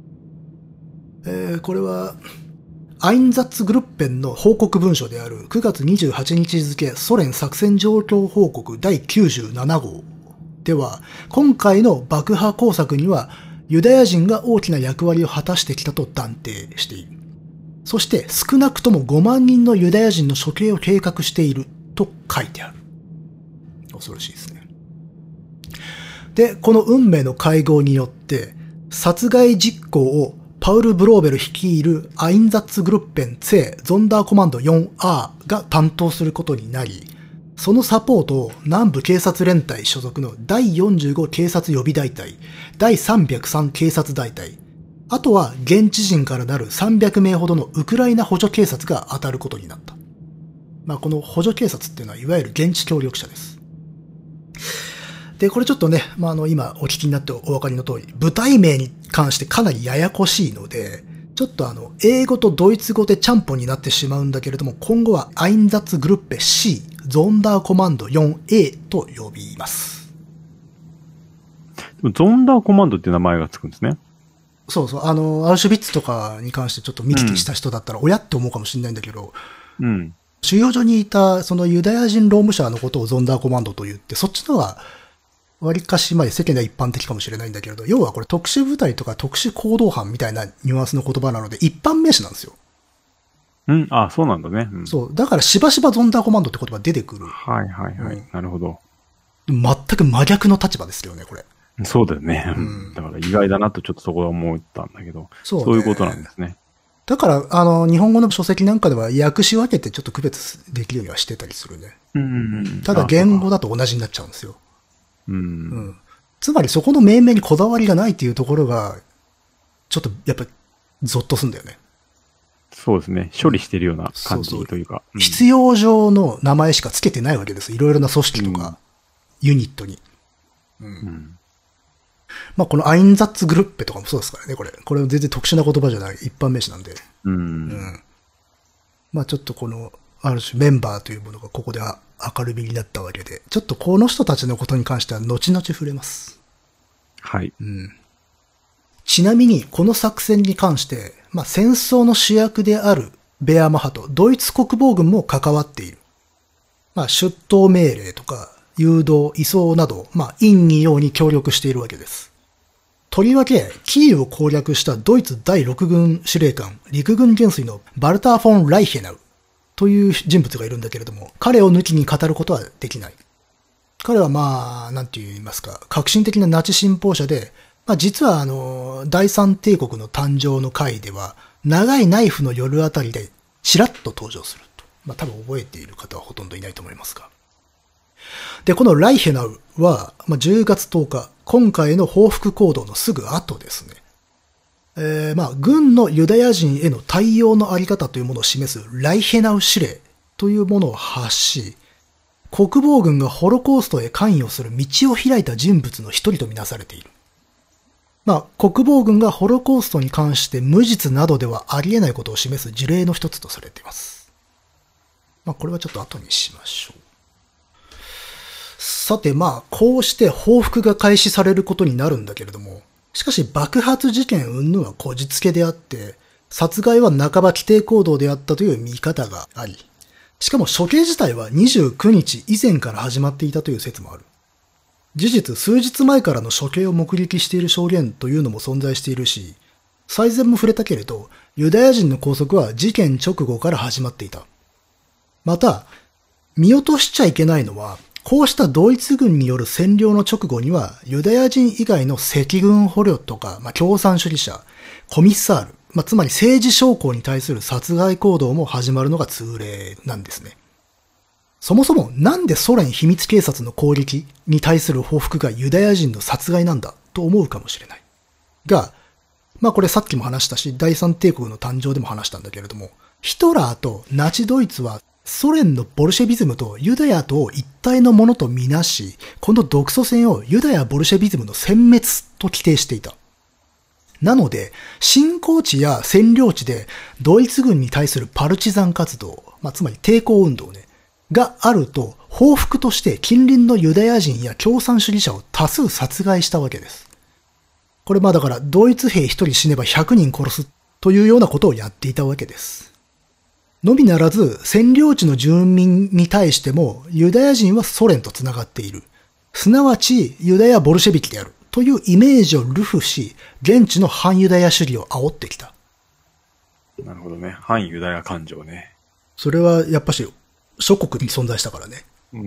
これはアインザッツグルッペンの報告文書である9月28日付ソ連作戦状況報告第97号では、今回の爆破工作にはユダヤ人が大きな役割を果たしてきたと断定している。そして少なくとも5万人のユダヤ人の処刑を計画していると書いてある。恐ろしいですね。で、この運命の会合によって殺害実行をパウル・ブローベル率いるアインザッツグルッペン・ツェー・ゾンダーコマンド 4R が担当することになり、そのサポートを南部警察連隊所属の第45警察予備大隊、第303警察大隊、あとは現地人からなる300名ほどのウクライナ補助警察が当たることになった。この補助警察っていうのはいわゆる現地協力者です。で、これちょっとね、今お聞きになってお分かりの通り、部隊名に関してかなりややこしいので、ちょっと英語とドイツ語でちゃんぽんになってしまうんだけれども、今後はアインザッツグルッペ C、ゾンダーコマンド 4A と呼びます。 ゾンダーコマンドっていう名前がつくんですね。 そうそう、アウシュビッツとかに関してちょっと見聞きした人だったら、親って思うかもしれないんだけど、 うん。 収容所にいたそのユダヤ人労務者のことをゾンダーコマンドと言って、そっちのは割かし世間では一般的かもしれないんだけれど、要はこれ特殊部隊とか特殊行動班みたいなニュアンスの言葉なので一般名詞なんですよ。 うん、あ、そうなんだね。 うん、そう。だからしばしばゾンダーコマンドって言葉出てくる。 はいはいはい。なるほど。 全く真逆の立場ですよね、これ。 そうだよね。うん、だから意外だなとちょっとそこは思ったんだけど、そういうことなんですね。 だから、日本語の書籍なんかでは訳し分けてちょっと区別できるようにはしてたりするね。ただ言語だと同じになっちゃうんですよ。つまりそこの命名にこだわりがないっていうところが、ちょっとやっぱゾッとすんだよね。 そうですね。処理してるような感じというか。 必要上の名前しかつけてないわけです。いろいろな組織とか、ユニットに。このアインザッツグルッペとかもそうですからね、これ。これは全然特殊な言葉じゃない、一般名詞なんで。ちょっとこの、ある種メンバーというものがここで明るみになったわけで、ちょっとこの人たちのことに関しては後々触れます。 はい。 ちなみに、この作戦に関して、戦争の主役であるベアマ派とドイツ国防軍も関わっている。出頭命令とか、誘導、移送など、陰に陽に協力しているわけです。とりわけ、キーウを攻略したドイツ第6軍司令官、陸軍元帥のバルター・フォン・ライヘナウという人物がいるんだけれども、彼を抜きに語ることはできない。彼はなんて言いますか、革新的なナチ信奉者で、実は第三帝国の誕生の回では、長いナイフの夜あたりで、ちらっと登場すると。多分覚えている方はほとんどいないと思いますが。で、このライヘナウは、10月10日、今回の報復行動のすぐ後ですね。軍のユダヤ人への対応のあり方というものを示すライヘナウ指令というものを発し、国防軍がホロコーストへ関与する道を開いた人物の一人とみなされている。国防軍がホロコーストに関して無実などではありえないことを示す事例の一つとされています。これはちょっと後にしましょう。さてこうして報復が開始されることになるんだけれども、しかし爆発事件云々はこじつけであって、殺害は半ば規定行動であったという見方があり、しかも処刑自体は29日以前から始まっていたという説もある。 事実、数日前からの処刑を目撃している証言というのも存在しているし、最前も触れたけれど、ユダヤ人の拘束は事件直後から始まっていた。また、見落としちゃいけないのは、こうしたドイツ軍による占領の直後には、ユダヤ人以外の赤軍捕虜とか、共産主義者、コミッサール、つまり政治将校に対する殺害行動も始まるのが通例なんですね。そもそもなんでソ連秘密警察の攻撃に対する報復がユダヤ人の殺害なんだと思うかもしれない。が、これさっきも話したし、第三帝国の誕生でも話したんだけれども、ヒトラーとナチドイツはソ連のボルシェビズムとユダヤとを一体のものとみなし、この独ソ戦をユダヤボルシェビズムの殲滅と規定していた。なので、侵攻地や占領地でドイツ軍に対するパルチザン活動、つまり抵抗運動ね、があると、報復として近隣のユダヤ人や共産主義者を多数殺害したわけです。これだからドイツ兵1人死ねば100人殺すというようなことをやっていたわけです。のみならず占領地の住民に対してもユダヤ人はソ連とつながっている。すなわちユダヤボルシェビキであるというイメージを流布し、現地の反ユダヤ主義を煽ってきた。 なるほどね。反ユダヤ感情ね。 それはやっぱし諸国に存在したからね。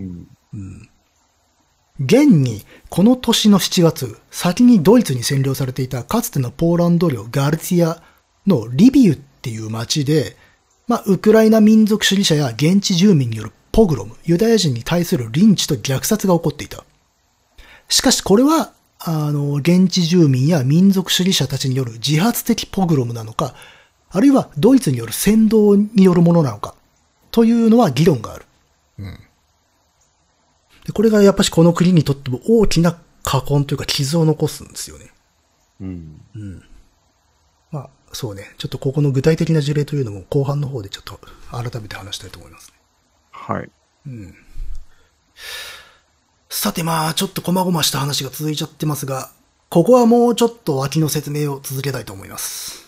現に、この年の7月、先にドイツに占領されていたかつてのポーランド領ガルツィアのリビウっていう町で、ウクライナ民族主義者や現地住民によるポグロム、ユダヤ人に対するリンチと虐殺が起こっていた。しかしこれは、現地住民や民族主義者たちによる自発的ポグロムなのか、あるいはドイツによる扇動によるものなのか、というのは議論がある。でこれがやっぱしこの国にとっても大きな禍根というか傷を残すんですよね。そうね。ちょっとここの具体的な事例というのも後半の方でちょっと改めて話したいと思いますね。 はい。 さてちょっと細々した話が続いちゃってますが、ここはもうちょっと脇の説明を続けたいと思います。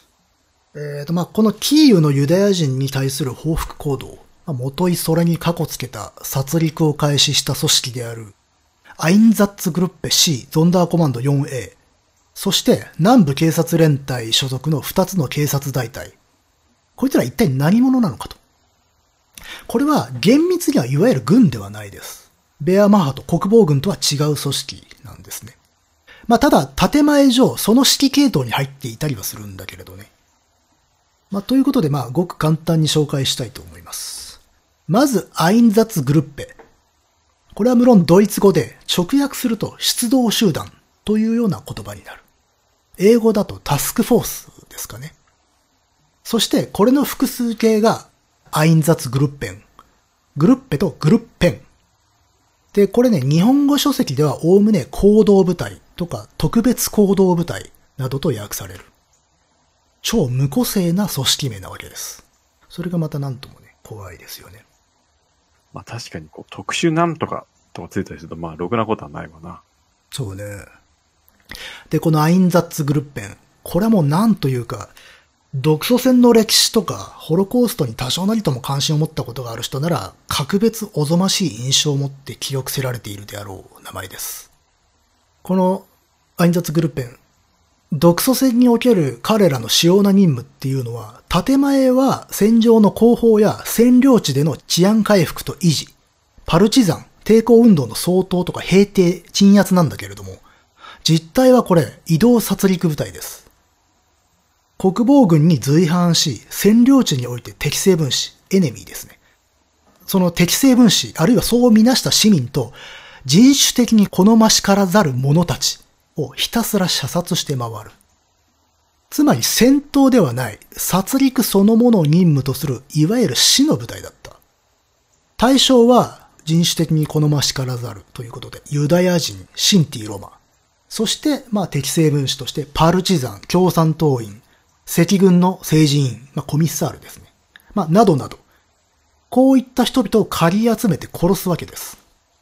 このキーウのユダヤ人に対する報復行動。元いそれに過去つけた殺戮を開始した組織であるアインザッツグルッペ C ゾンダーコマンド 4A、そして南部警察連隊所属の2つの警察大隊。こいつら一体何者なのかと。これは厳密にはいわゆる軍ではないです。ベアマハと国防軍とは違う組織なんですね。ただ建前上その指揮系統に入っていたりはするんだけれどね。ということでごく簡単に紹介したいと思います。まず、アインザッツグルッペ。これは無論ドイツ語で直訳すると出動集団というような言葉になる。英語だとタスクフォースですかね。そしてこれの複数形がアインザッツグルッペン。グルッペとグルッペン。で、これね、日本語書籍ではおおむね行動部隊とか特別行動部隊などと訳される。超無個性な組織名なわけです。それがまたなんともね、怖いですよね。 確かに特殊なんとかとかついたりするとろくなことはないわな。 そうね。で、このアインザッツグルッペン。これはもうなんというか、独ソ戦の歴史とか、ホロコーストに多少なりとも関心を持ったことがある人なら、格別おぞましい印象を持って記憶せられているであろう名前です。このアインザッツグルッペン。独ソ戦における彼らの主要な任務っていうのは、建前は戦場の後方や占領地での治安回復と維持、パルチザン、抵抗運動の掃討とか平定、鎮圧なんだけれども、実態はこれ、移動殺戮部隊です。国防軍に随伴し、占領地において敵性分子、エネミーですね。その敵性分子、あるいはそう見なした市民と、人種的に好ましからざる者たちをひたすら射殺して回る。つまり戦闘ではない殺戮そのものを任務とするいわゆる死の部隊だった。対象は人種的に好ましからざるということでユダヤ人、シンティ・ロマ。そして敵性分子としてパルチザン、共産党員、赤軍の政治委員、コミッサールですね。などなど。こういった人々を狩り集めて殺すわけです。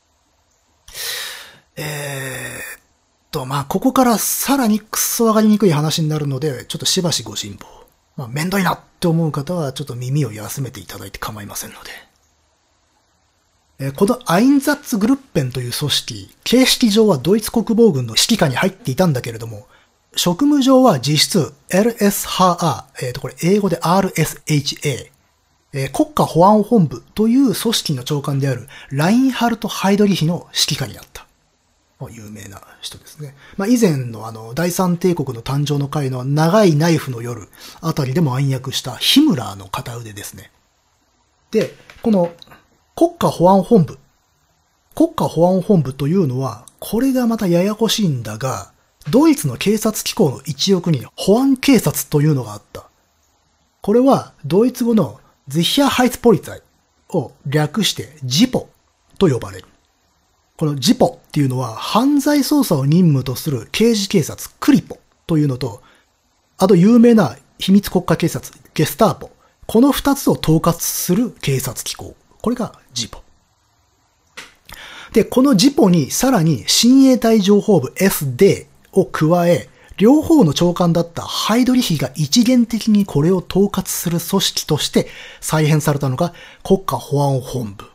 ここからさらにくっそわかりにくい話になるので、ちょっとしばしご辛抱。めんどいなって思う方は、ちょっと耳を休めていただいて構いませんのこのアインザッツグルッペンという組織、形式上はドイツ国防軍の指揮下に入っていたんだけれども、職務上は実質 LSHA、これ英語で RSHA、国家保安本部という組織の長官であるラインハルト・ハイドリヒの指揮下にあった。有名な人ですね。以前の第三帝国の誕生の回の長いナイフの夜あたりでも暗躍したヒムラーの片腕ですね。で、この国家保安本部。国家保安本部というのは、これがまたややこしいんだが、ドイツの警察機構の一翼に保安警察というのがあった。これはドイツ語のSicherheitspolizeiを略してジポと呼ばれる。このジポっていうのは犯罪捜査を任務とする刑事警察クリポというのと、あと有名な秘密国家警察ゲスターポ。この二つを統括する警察機構。これがジポ。で、このジポにさらに親衛隊情報部 SD を加え、両方の長官だったハイドリヒが一元的にこれを統括する組織として再編されたのが国家保安本部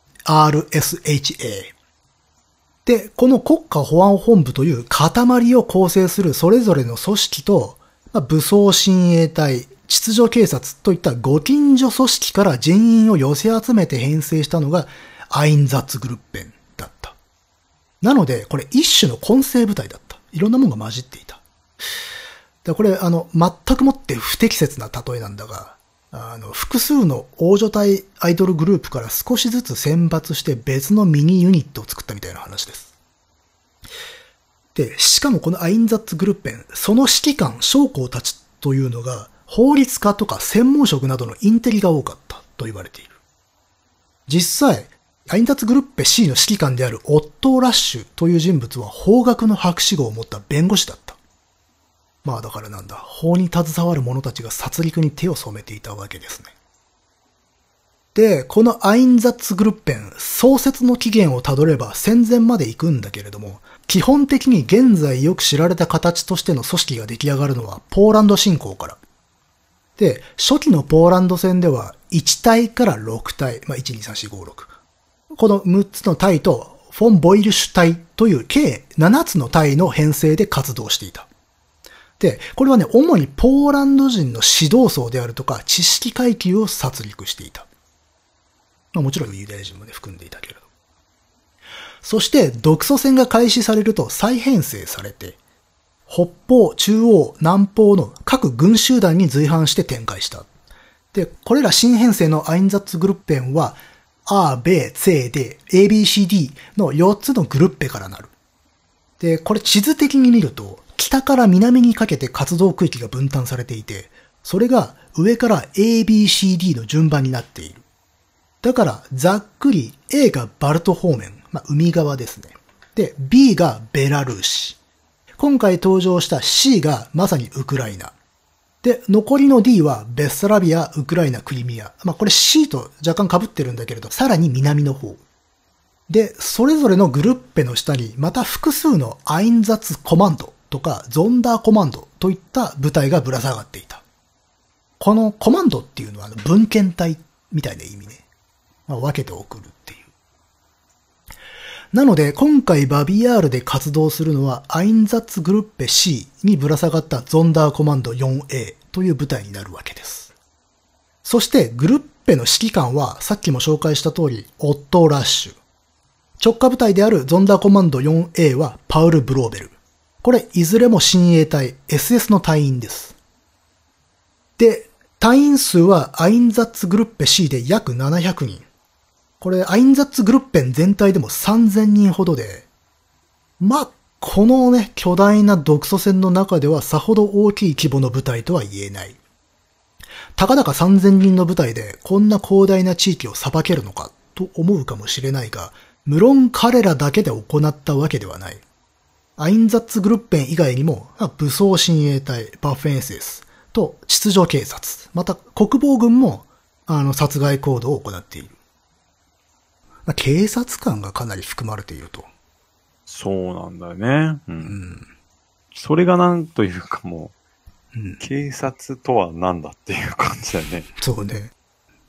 RSHA。で、この国家保安本部という塊を構成するそれぞれの組織と、武装親衛隊、秩序警察といったご近所組織から人員を寄せ集めて編成したのがアインザッツグルッペンだった。なので、これ一種の混成部隊だった。いろんなものが混じっていた。これ、全くもって不適切な例えなんだが、複数の大所帯アイドルグループから少しずつ選抜して別のミニユニットを作ったみたいな話です。で、しかもこのアインザッツグルッペン、その指揮官、将校たちというのが、法律家とか専門職などのインテリが多かったと言われている。実際、アインザッツグルッペ C の指揮官であるオットー・ラッシュという人物は法学の博士号を持った弁護士だった。だからなんだ、法に携わる者たちが殺戮に手を染めていたわけですね。で、このアインザッツグルッペン、創設の起源をたどれば戦前まで行くんだけれども、基本的に現在よく知られた形としての組織が出来上がるのはポーランド侵攻から。で、初期のポーランド戦では1隊から6隊、1、2、3、4、5、6。この6つの隊とフォン・ボイルシュ隊という計7つの隊の編成で活動していた。で、これはね、主にポーランド人の指導層であるとか知識階級を殺戮していた。もちろんユダヤ人もね、含んでいたけれど。そして、独ソ戦が開始されると再編成されて、北方、中央、南方の各軍集団に随伴して展開した。で、これら新編成のアインザッツグルッペンは、A、B、C、D、A、B、C、D の4つのグルッペからなる。で、これ地図的に見ると、北から南にかけて活動区域が分担されていて、それが上から A、B、C、D の順番になっている。だから、ざっくり A がバルト方面、海側ですね。で、B がベラルーシ。今回登場した C がまさにウクライナ。で、残りの D はベスラビア、ウクライナ、クリミア。これ C と若干被ってるんだけれど、さらに南の方。で、それぞれのグルッペの下にまた複数のアインザッツコマンドとかゾンダーコマンドといった部隊がぶら下がっていた。このコマンドっていうのは文献隊みたいな意味ね。分けて送るっていう。なので、今回バビアールで活動するのはアインザッツグルッペ C にぶら下がったゾンダーコマンド 4A という部隊になるわけです。そしてグルッペの指揮官はさっきも紹介した通りオットー・ラッシュ。直下部隊であるゾンダーコマンド 4A はパウル・ブローベル。これいずれも親衛隊 SS の隊員です。で、隊員数はアインザッツグルッペ C で約700人。これ、アインザッツグルッペン全体でも3000人ほどで、このね、巨大な独ソ戦の中ではさほど大きい規模の部隊とは言えない。たかだか3000人の部隊でこんな広大な地域を裁けるのかと思うかもしれないが、無論彼らだけで行ったわけではない。アインザッツグルッペン以外にも、武装親衛隊、バッフェン SS と秩序警察、また国防軍も殺害行動を行っている。警察官がかなり含まれていると。 そうなんだよね。それがなんというかもう、警察とは何だっていう感じだよね。 そうね。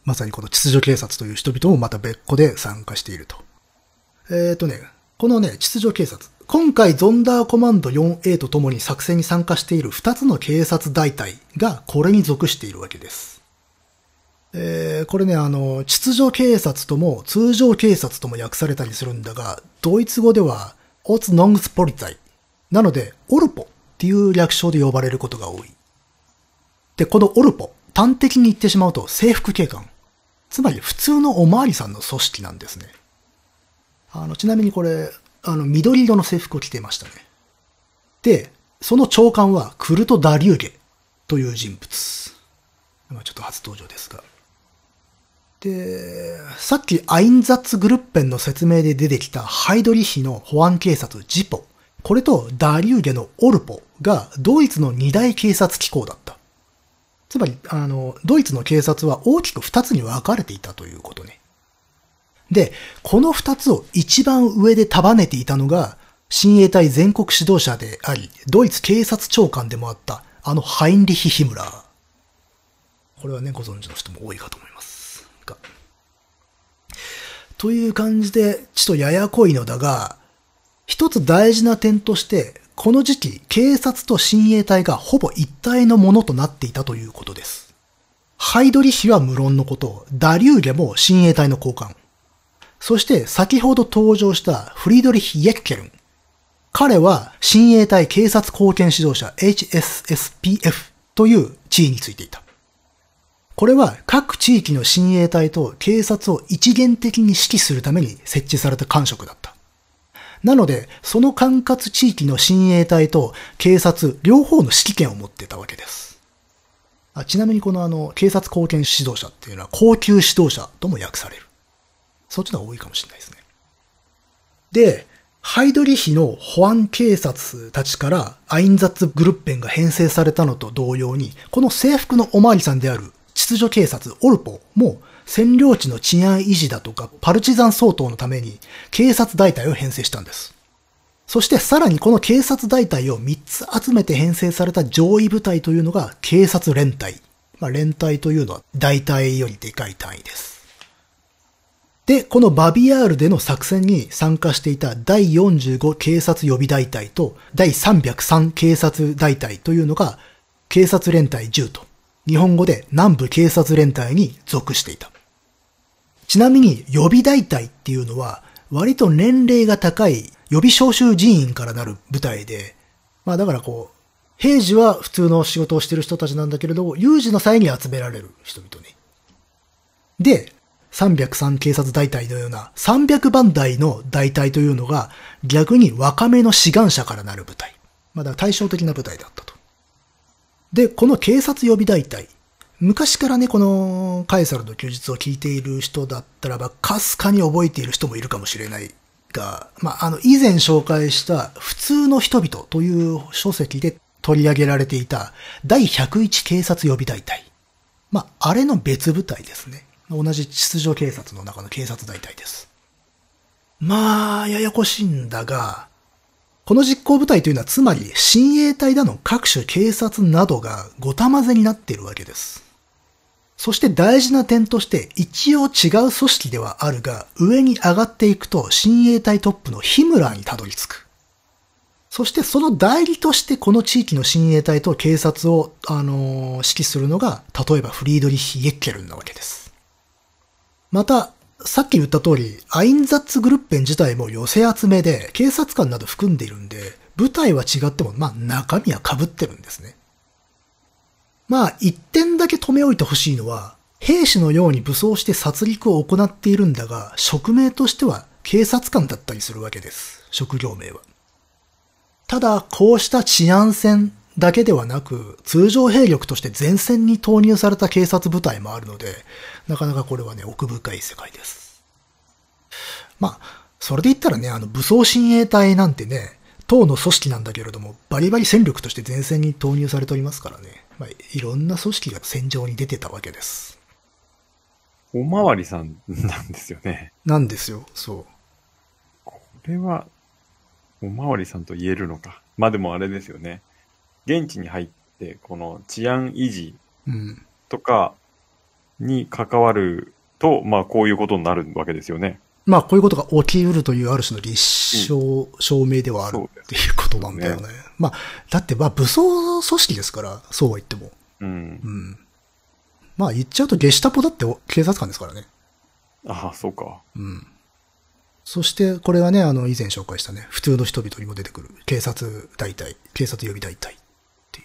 まさにこの秩序警察という人々もまた別個で参加していると。このね、秩序警察。今回ゾンダーコマンド 4A とともに作戦に参加している2つの警察大隊がこれに属しているわけです。これね、秩序警察とも通常警察とも訳されたりするんだが、ドイツ語ではオツノングスポリツァイ。なので、オルポっていう略称で呼ばれることが多い。で、このオルポ、端的に言ってしまうと制服警官。つまり普通のおまわりさんの組織なんですね。ちなみにこれ、緑色の制服を着ていましたね。で、その長官はクルト・ダリューゲという人物。まあ、ちょっと初登場ですが。で、さっきアインザッツグルッペンの説明で出てきたハイドリッヒの保安警察ジポ。これとダリューゲのオルポがドイツの二大警察機構だった。つまり、ドイツの警察は大きく二つに分かれていたということね。で、この二つを一番上で束ねていたのが、親衛隊全国指導者であり、ドイツ警察長官でもあったハインリヒ・ヒムラー。これはね、ご存知の人も多いかと思いますが。という感じで、ちょっとややこいのだが、一つ大事な点として、この時期、警察と親衛隊がほぼ一体のものとなっていたということです。ハイドリヒは無論のこと、ダリューゲも親衛隊の高官。そして先ほど登場したフリードリヒ・イェッケルン。彼は親衛隊警察貢献指導者 HSSPF という地位についていた。これは各地域の親衛隊と警察を一元的に指揮するために設置された官職だった。なので、その管轄地域の親衛隊と警察両方の指揮権を持っていたわけです。ちなみにこの警察貢献指導者っていうのは高級指導者とも訳される。そっちの方が多いかもしれないですね。で、ハイドリヒの保安警察たちからアインザッツグルッペンが編成されたのと同様に、この制服のおまわりさんである秩序警察オルポも占領地の治安維持だとかパルチザン掃討のために警察大隊を編成したんです。そしてさらにこの警察大隊を3つ集めて編成された上位部隊というのが警察連隊。連隊というのは大隊よりでかい単位です。で、このバビアールでの作戦に参加していた第45警察予備大隊と第303警察大隊というのが警察連隊10と日本語で南部警察連隊に属していた。ちなみに予備大隊っていうのは割と年齢が高い予備招集人員からなる部隊で、だから平時は普通の仕事をしている人たちなんだけれど、有事の際に集められる人々ね。で、303警察大隊のような300番台の大隊というのが逆に若めの志願者からなる部隊。だから対照的な部隊だったと。で、この警察予備大隊。昔からね、このカエサルの休日を聞いている人だったらかすかに覚えている人もいるかもしれないが、以前紹介した普通の人々という書籍で取り上げられていた第101警察予備大隊。あれの別部隊ですね。同じ秩序警察の中の警察大隊です。ややこしいんだが、この実行部隊というのはつまり親衛隊だの各種警察などがごたまぜになっているわけです。そして大事な点として一応違う組織ではあるが、上に上がっていくと親衛隊トップのヒムラーにたどり着く。そしてその代理としてこの地域の親衛隊と警察を、指揮するのが、例えばフリードリッヒ・イェッケルンなわけです。また、さっき言った通り、アインザッツグルッペン自体も寄せ集めで、警察官など含んでいるんで、部隊は違っても、中身は被ってるんですね。一点だけ止めおいてほしいのは、兵士のように武装して殺戮を行っているんだが、職名としては警察官だったりするわけです。職業名は。ただ、こうした治安戦だけではなく、通常兵力として前線に投入された警察部隊もあるので、なかなかこれはね、奥深い世界です。それで言ったらね、武装親衛隊なんてね、党の組織なんだけれども、バリバリ戦力として前線に投入されておりますからね。いろんな組織が戦場に出てたわけです。 おまわりさんなんですよね。 なんですよ、そう。 これは、おまわりさんと言えるのか。でもあれですよね。現地に入って、この治安維持とか、 に関わると、まあこういうことになるわけですよね。 まあこういうことが起きうるというある種の立証、証明ではあるっていうことなんだよね。まあ、だってまあ武装組織ですから、そうは言っても。 うん。 まあ言っちゃうとゲシュタポだって警察官ですからね。 ああ、そうか。 そしてこれはね、以前紹介したね、普通の人々にも出てくる警察大隊、警察予備大隊っていう。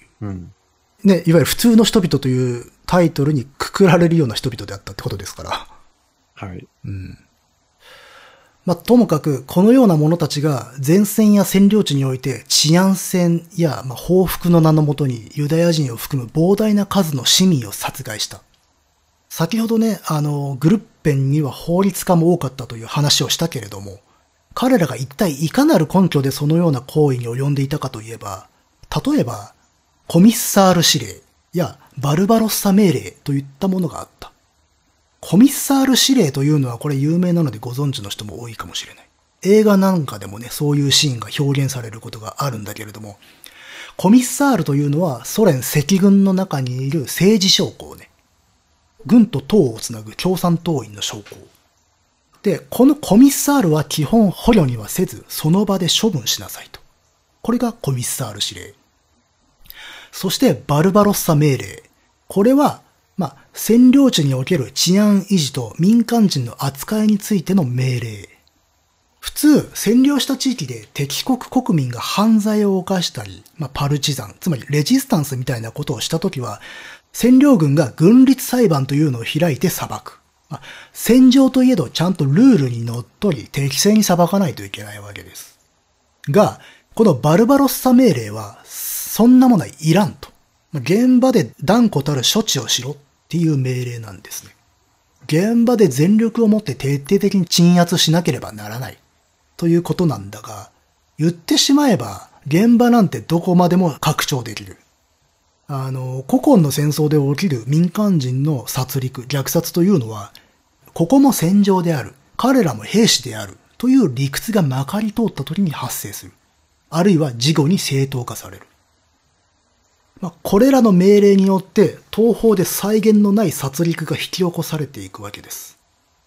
ね、いわゆる普通の人々というタイトルにくくられるような人々であったってことですから。 はい。 まあ、ともかく、このような者たちが前線や占領地において治安戦や、まあ、報復の名のもとにユダヤ人を含む膨大な数の市民を殺害した。先ほどね、グルッペンには法律家も多かったという話をしたけれども、彼らが一体いかなる根拠でそのような行為に及んでいたかといえば、例えば、コミッサール指令やバルバロッサ命令といったものがあった。コミッサール指令というのはこれ有名なのでご存知の人も多いかもしれない。映画なんかでもね、そういうシーンが表現されることがあるんだけれども、コミッサールというのはソ連赤軍の中にいる政治将校ね。軍と党をつなぐ共産党員の将校。で、このコミッサールは基本捕虜にはせず、その場で処分しなさいと。これがコミッサール指令。そしてバルバロッサ命令。これは、占領地における治安維持と民間人の扱いについての命令。普通、占領した地域で敵国国民が犯罪を犯したり、パルチザン、つまりレジスタンスみたいなことをしたときは、占領軍が軍律裁判というのを開いて裁く。戦場といえどちゃんとルールにのっとり適正に裁かないといけないわけです。が、このバルバロッサ命令は、そんなものはいらんと。現場で断固たる処置をしろっていう命令なんですね。現場で全力をもって徹底的に鎮圧しなければならないということなんだが、言ってしまえば現場なんてどこまでも拡張できる。古今の戦争で起きる民間人の殺戮、虐殺というのは、ここも戦場である、彼らも兵士であるという理屈がまかり通った時に発生する。あるいは事後に正当化される。これらの命令によって東方で際限のない殺戮が引き起こされていくわけです。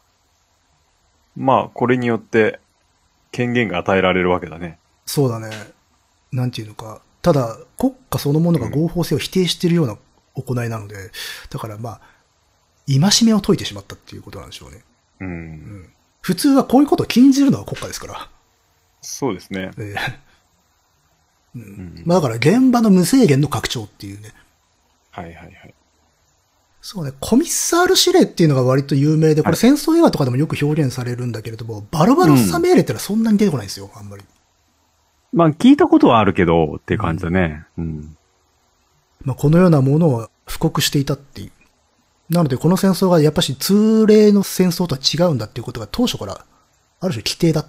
これによって権限が与えられるわけだね。 そうだね。なんていうのか。ただ、国家そのものが合法性を否定しているような行いなので、だから戒めを解いてしまったっていうことなんでしょうね。普通はこういうことを禁じるのは国家ですから。 そうですね。 だから現場の無制限の拡張っていうね。 はいはいはい。 そうね、コミッサール指令っていうのが割と有名で、これ戦争映画とかでもよく表現されるんだけれども、バルバロッサ命令ってのはそんなに出てこないんですよ、あんまり。 聞いたことはあるけど、っていう感じだね。 このようなものを布告していたっていう。なのでこの戦争がやっぱし通例の戦争とは違うんだっていうことが当初からある種規定だった。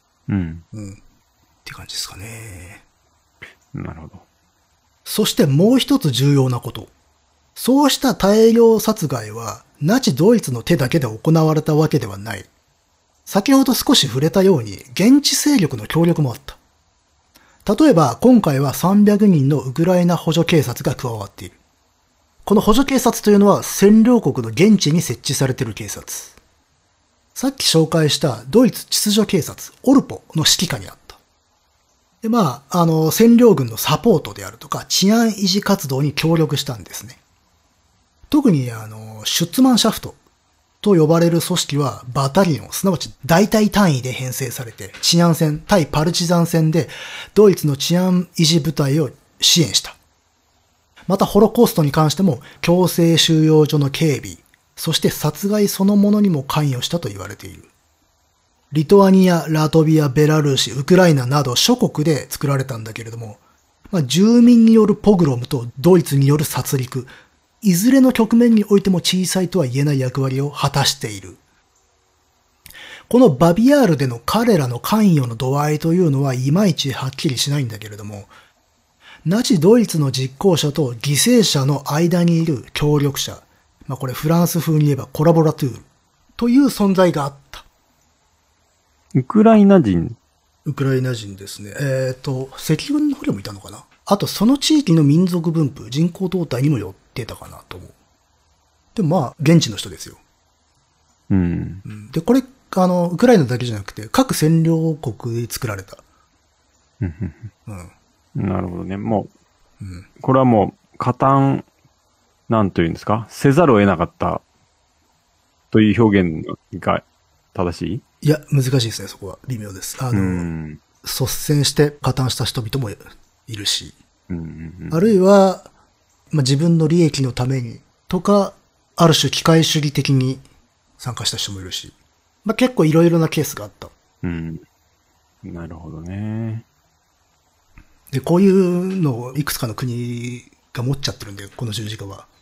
って感じですかね。 なるほど。 そしてもう一つ重要なこと。そうした大量殺害はナチドイツの手だけで行われたわけではない。先ほど少し触れたように現地勢力の協力もあった。例えば今回は300人のウクライナ補助警察が加わっている。この補助警察というのは占領国の現地に設置されている警察。さっき紹介したドイツ秩序警察、オルポの指揮下にあった。で、占領軍のサポートであるとか治安維持活動に協力したんですね。特にシュッツマンシャフトと呼ばれる組織はバタリオン、すなわち大隊単位で編成されて治安戦、対パルチザン戦でドイツの治安維持部隊を支援した。またホロコーストに関しても強制収容所の警備、そして殺害そのものにも関与したと言われている。リトアニア、ラトビア、ベラルーシ、ウクライナなど諸国で作られたんだけれども、住民によるポグロムとドイツによる殺戮、いずれの局面においても小さいとは言えない役割を果たしている。このバビアールでの彼らの関与の度合いというのはいまいちはっきりしないんだけれども、ナチドイツの実行者と犠牲者の間にいる協力者、これフランス風に言えばコラボラトゥールという存在があった。 ウクライナ人ですね。赤軍の捕虜もいたのかな。あとその地域の民族分布、人口動態にもよってたかなと思う。 でもまあ、現地の人ですよ。 うん。 で、これ、ウクライナだけじゃなくて、各占領国で作られた。 うん。なるほどね。もう、 うん、 これはもう、加担、なんというんですか、せざるを得なかったという表現が正しい？ いや、難しいですね、そこは。微妙です。率先して加担した人々もいるし、あるいは、まあ、自分の利益のためにとか、ある種機械主義的に参加した人もいるし、まあ、結構いろいろなケースがあった。 うん。なるほどね。 で、こういうのをいくつかの国が持っちゃってるんで、この十字架は。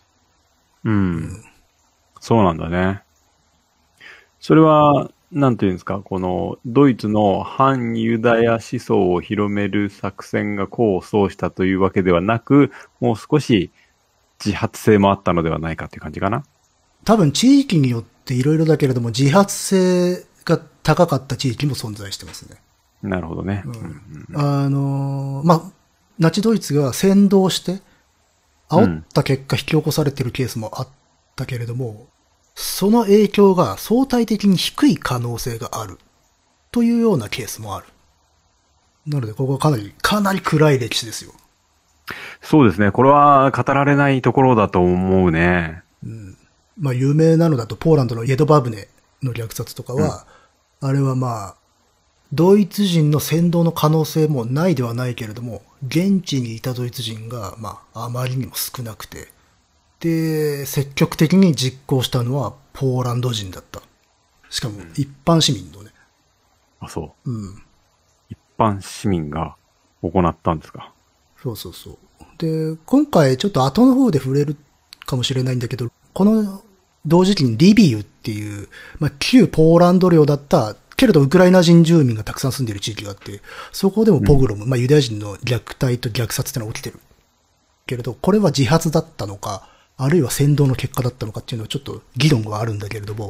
そうなんだね。それは、なんていうんですか、このドイツの反ユダヤ思想を広める作戦が功を奏したというわけではなく、もう少し自発性もあったのではないかという感じかな。 多分地域によっていろいろだけれども、自発性が高かった地域も存在してますね。 なるほどね。 まあ、ナチドイツが扇動して、煽った結果引き起こされているケースもあったけれども、その影響が相対的に低い可能性があるというようなケースもある。なので、ここはかなり暗い歴史ですよ。 そうですね。これは語られないところだと思うね。 まあ、有名なのだと、ポーランドのイェドバブネの虐殺とかは、あれはまあ、ドイツ人の扇動の可能性もないではないけれども、現地にいたドイツ人が、まあ、あまりにも少なくて、で、積極的に実行したのはポーランド人だった。しかも一般市民のね。 あ、そう。一般市民が行ったんですか。 そうそうそう。で、今回ちょっと後の方で触れるかもしれないんだけど、この同時期にリビウっていう、まあ、旧ポーランド領だったけれどウクライナ人住民がたくさん住んでいる地域があって、そこでもポグロム、まあ、ユダヤ人の虐待と虐殺ってのが起きてる。けれど、これは自発だったのか、あるいは扇動の結果だったのかっていうのはちょっと議論があるんだけれども。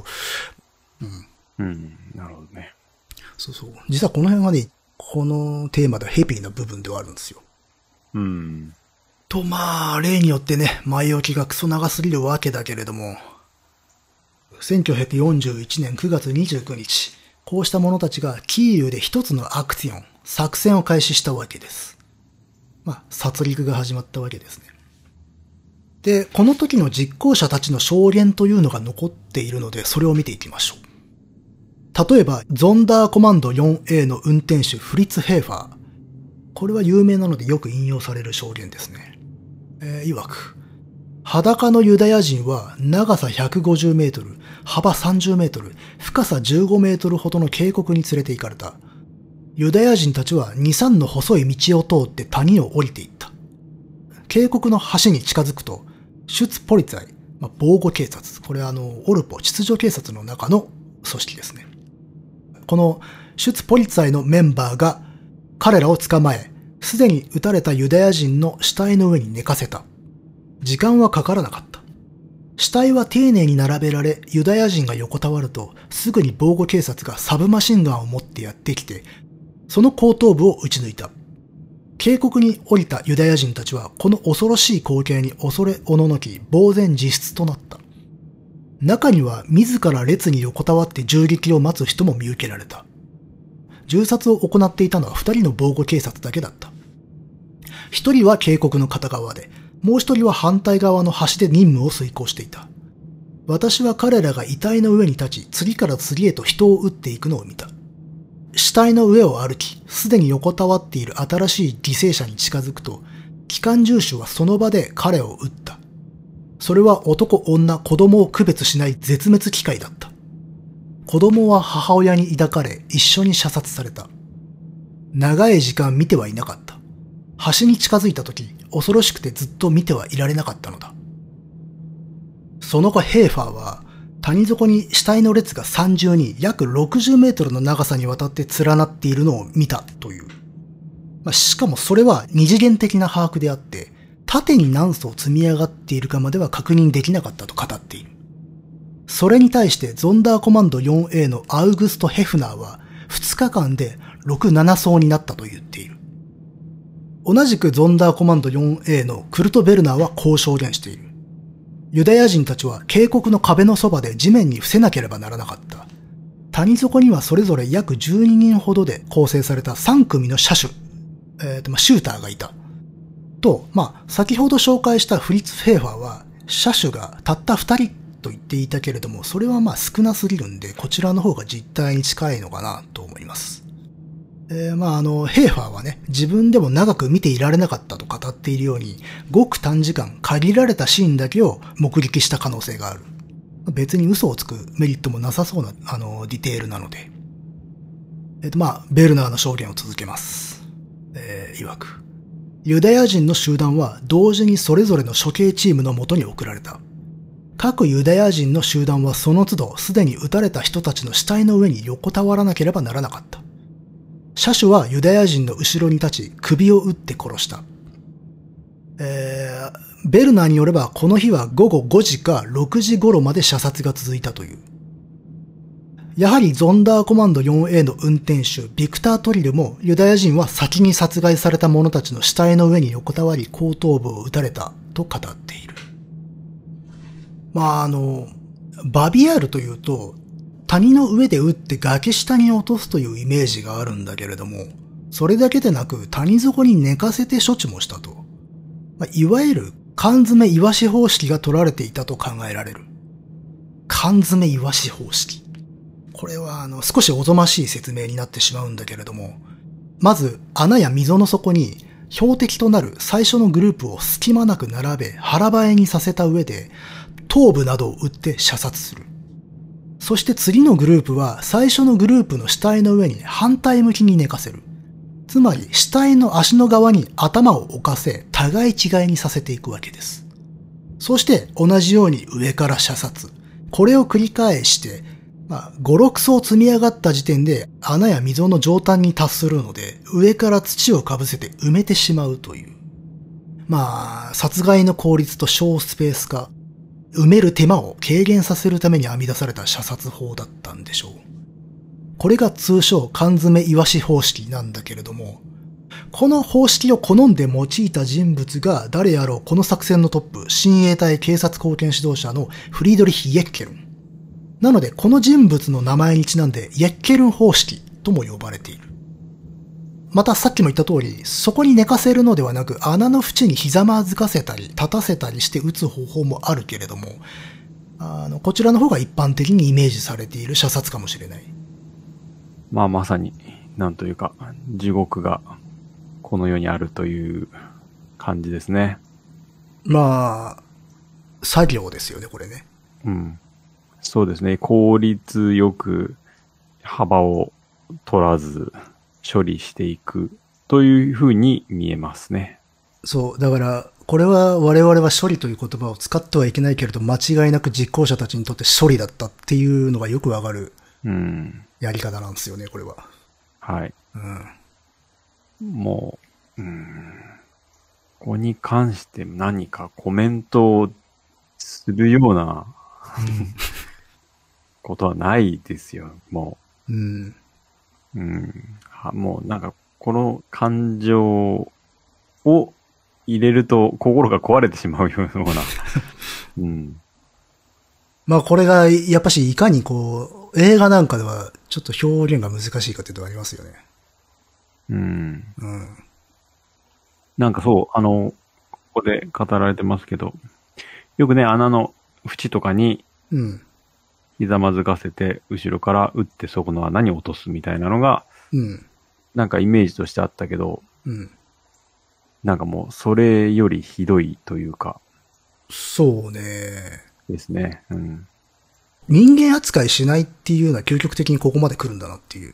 なるほどね。 そうそう。実はこの辺はね、このテーマではヘビーな部分ではあるんですよ。と、まあ、例によってね、前置きがクソ長すぎるわけだけれども、1941年9月29日、こうした者たちがキーウで一つのアクション、作戦を開始したわけです。まあ、殺戮が始まったわけですね。で、この時の実行者たちの証言というのが残っているので、それを見ていきましょう。例えば、ゾンダーコマンド 4A の運転手フリッツ・ヘーファー。これは有名なのでよく引用される証言ですね。曰く、裸のユダヤ人は長さ150メートル、幅30メートル、深さ15メートルほどの渓谷に連れて行かれた。ユダヤ人たちは2、3の細い道を通って谷を降りていった。渓谷の橋に近づくと、シュツポリツァイ、防護警察。これオルポ、秩序警察の中の組織ですね。このシュツポリツァイのメンバーが彼らを捕まえ、すでに撃たれたユダヤ人の死体の上に寝かせた。時間はかからなかった。死体は丁寧に並べられ、ユダヤ人が横たわると、すぐに防護警察がサブマシンガンを持ってやってきて、その後頭部を撃ち抜いた。渓谷に降りたユダヤ人たちはこの恐ろしい光景に恐れおののき呆然自失となった。中には自ら列に横たわって銃撃を待つ人も見受けられた。銃殺を行っていたのは2人の防護警察だけだった。1人は渓谷の片側で、もう1人は反対側の橋で任務を遂行していた。私は彼らが遺体の上に立ち、次から次へと人を撃っていくのを見た。死体の上を歩き、すでに横たわっている新しい犠牲者に近づくと、機関銃手はその場で彼を撃った。それは男、女、子供を区別しない絶滅機械だった。子供は母親に抱かれ、一緒に射殺された。長い時間見てはいなかった。橋に近づいたとき、恐ろしくてずっと見てはいられなかったのだ。その後ヘーファーは、谷底に死体の列が三重に約60メートルの長さにわたって連なっているのを見たという。しかもそれは二次元的な把握であって、縦に何層積み上がっているかまでは確認できなかったと語っている。それに対してゾンダーコマンド 4A のアウグスト・ヘフナーは2日間で6、7層になったと言っている。同じくゾンダーコマンド 4A のクルト・ベルナーはこう証言している。 ユダヤ人たちは渓谷の壁のそばで地面に伏せなければならなかった。谷底にはそれぞれ約12人ほどで構成された3組の車手、シューターがいた。と、先ほど紹介したフリッツ・フェーファーは、車手がたった2人と言っていたけれども、それは少なすぎるんで、こちらの方が実態に近いのかなと思います。ヘーファーはね、自分でも長く見ていられなかったと語っているように、ごく短時間、限られたシーンだけを目撃した可能性がある。別に嘘をつくメリットもなさそうな、ディテールなので。ベルナーの証言を続けます。曰く。ユダヤ人の集団は同時にそれぞれの処刑チームのもとに送られた。各ユダヤ人の集団はその都度すでに撃たれた人たちの死体の上に横たわらなければならなかった。車手はユダヤ人の後ろに立ち、首を打って殺した。ベルナーによればこの日は午後5時か6時頃まで射殺が続いたという。やはりゾンダーコマンド 4A の運転手、ビクター・トリルもユダヤ人は先に殺害された者たちの死体の上に横たわり後頭部を撃たれたと語っている。バビアールというと、谷の上で撃って崖下に落とすというイメージがあるんだけれども、それだけでなく谷底に寝かせて処置もしたと。いわゆる缶詰イワシ方式が取られていたと考えられる。缶詰イワシ方式。これは少しおぞましい説明になってしまうんだけれども、まず穴や溝の底に標的となる最初のグループを隙間なく並べ腹ばえにさせた上で頭部などを撃って射殺する。そして次のグループは最初のグループの死体の上に反対向きに寝かせる。つまり死体の足の側に頭を置かせ互い違いにさせていくわけです。そして同じように上から射殺。これを繰り返して、5、6層積み上がった時点で穴や溝の上端に達するので上から土をかぶせて埋めてしまうという。殺害の効率と小スペース化。埋める手間を軽減させるために編み出された射殺法だったんでしょう。これが通称缶詰イワシ方式なんだけれども、この方式を好んで用いた人物が誰やろうこの作戦のトップ、親衛隊警察貢献指導者のフリードリヒ・イェッケルン。なのでこの人物の名前にちなんでイェッケルン方式とも呼ばれている。またさっきも言った通り、そこに寝かせるのではなく穴の縁にひざまずかせたり立たせたりして撃つ方法もあるけれども、こちらの方が一般的にイメージされている射殺かもしれない。 まさに、なんというか、地獄がこの世にあるという感じですね。 作業ですよね、これね。 うん。そうですね。効率よく幅を取らず処理していくというふうに見えますね。そう。 だから、これは我々は処理という言葉を使ってはいけないけれど、間違いなく実行者たちにとって処理だったっていうのがよくわかるやり方なんですよね、これは。 はい。もう、ここに関して何かコメントをするような、ことはないですよ、もう。もうなんか、この感情を入れると心が壊れてしまうような。これが、やっぱしいかに映画なんかではちょっと表現が難しいかっていうのがありますよね。 なんかそう、ここで語られてますけど、よくね、穴の縁とかに、ひざまずかせて、後ろから撃ってそこの穴に落とすみたいなのが、なんかイメージとしてあったけど、なんかもうそれよりひどいというか。 そうね。 ですね。 人間扱いしないっていうのは究極的にここまで来るんだなっていう。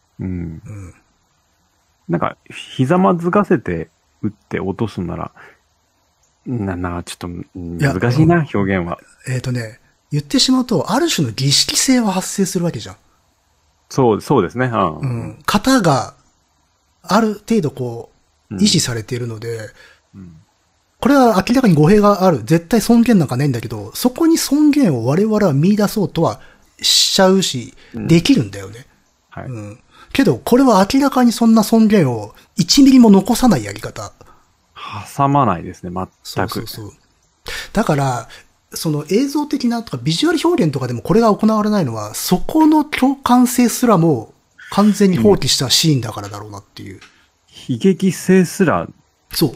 なんか、ひざまずかせて撃って落とすなら、ちょっと難しいな、表現は。 言ってしまうと、ある種の儀式性は発生するわけじゃん。 そうですね。 型がある程度維持されているので、これは明らかに語弊がある。絶対尊厳なんかないんだけど、そこに尊厳を我々は見出そうとはしちゃうし、できるんだよね。けど、これは明らかにそんな尊厳を1ミリも残さないやり方。 挟まないですね、全く。 だから、 その映像的なとかビジュアル表現とかでもこれが行われないのは、そこの共感性すらも完全に放棄したシーンだからだろうなっていう。 悲劇性すらそう。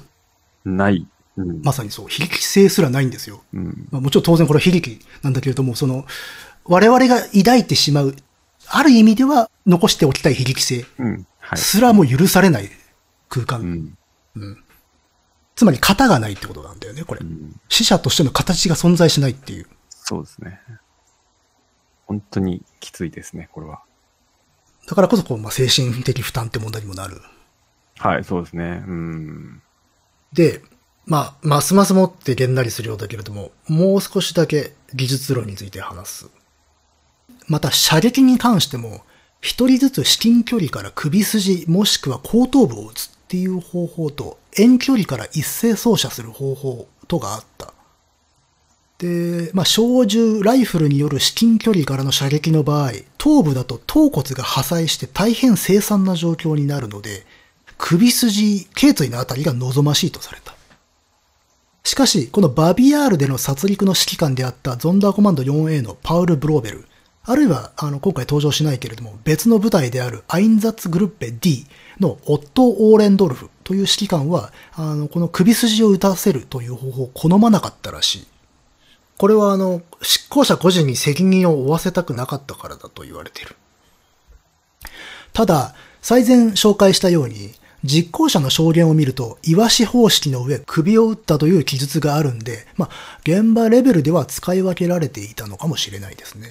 ない。 まさにそう。悲劇性すらないんですよ。まあ、もちろん当然これは悲劇なんだけれども、その、我々が抱いてしまう、ある意味では残しておきたい悲劇性すらも許されない空間。つまり型がないってことなんだよね、これ。死者としての形が存在しないっていう。 そうですね。本当にきついですね、これは。 だからこそまあ、精神的負担って問題にもなる。 はい、そうですね。 で、まあ、ますますもってげんなりするようだけれども、もう少しだけ技術論について話す。また、射撃に関しても、一人ずつ至近距離から首筋もしくは後頭部を撃つっていう方法と、遠距離から一斉掃射する方法とがあった。で、まあ、小銃、ライフルによる至近距離からの射撃の場合、頭部だと頭骨が破砕して大変凄惨な状況になるので、首筋、頸椎のあたりが望ましいとされた。しかし、このバビアールでの殺戮の指揮官であったゾンダーコマンド 4A のパウル・ブローベル、あるいは、今回登場しないけれども、別の部隊であるアインザッツグルッペ D のオットー・オーレンドルフという指揮官は、この首筋を撃たせるという方法を好まなかったらしい。これは執行者個人に責任を負わせたくなかったからだと言われている。ただ、最前紹介したように、実行者の証言を見ると、イワシ方式の上、首を打ったという記述があるんで、まあ、現場レベルでは使い分けられていたのかもしれないですね。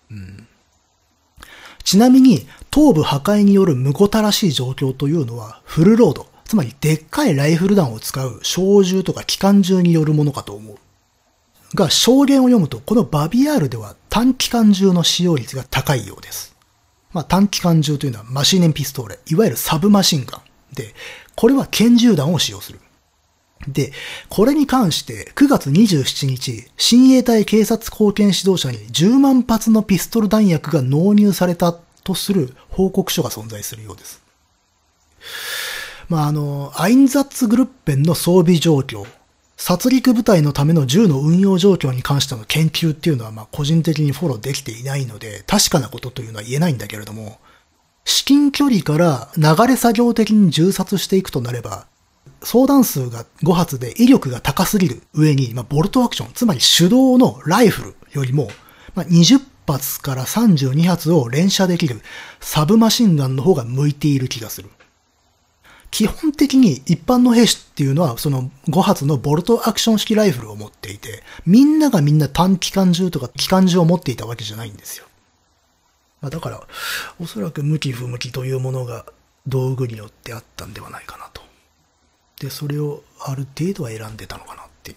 ちなみに、頭部破壊による無ごたらしい状況というのは、フルロード、つまりでっかいライフル弾を使う小銃とか機関銃によるものかと思う。が、証言を読むと、このバビアールでは短機関銃の使用率が高いようです。まあ、短機関銃というのはマシーネンピストーレ、いわゆるサブマシンガン。で、これは拳銃弾を使用する。で、これに関して9月27日、親衛隊警察貢献指導者に10万発のピストル弾薬が納入されたとする報告書が存在するようです。まあ、アインザッツグルッペンの装備状況、殺戮部隊のための銃の運用状況に関しての研究っていうのは、まあ、個人的にフォローできていないので、確かなことというのは言えないんだけれども、至近距離から流れ作業的に銃殺していくとなれば、総弾数が5発で威力が高すぎる上に、まあ、ボルトアクション、つまり手動のライフルよりも、まあ、20発から32発を連射できるサブマシンガンの方が向いている気がする。基本的に一般の兵士っていうのはその5発のボルトアクション式ライフルを持っていて、みんながみんな短機関銃とか機関銃を持っていたわけじゃないんですよ。だから、おそらく向き不向きというものが道具によってあったんではないかなと。で、それをある程度は選んでたのかなっていう。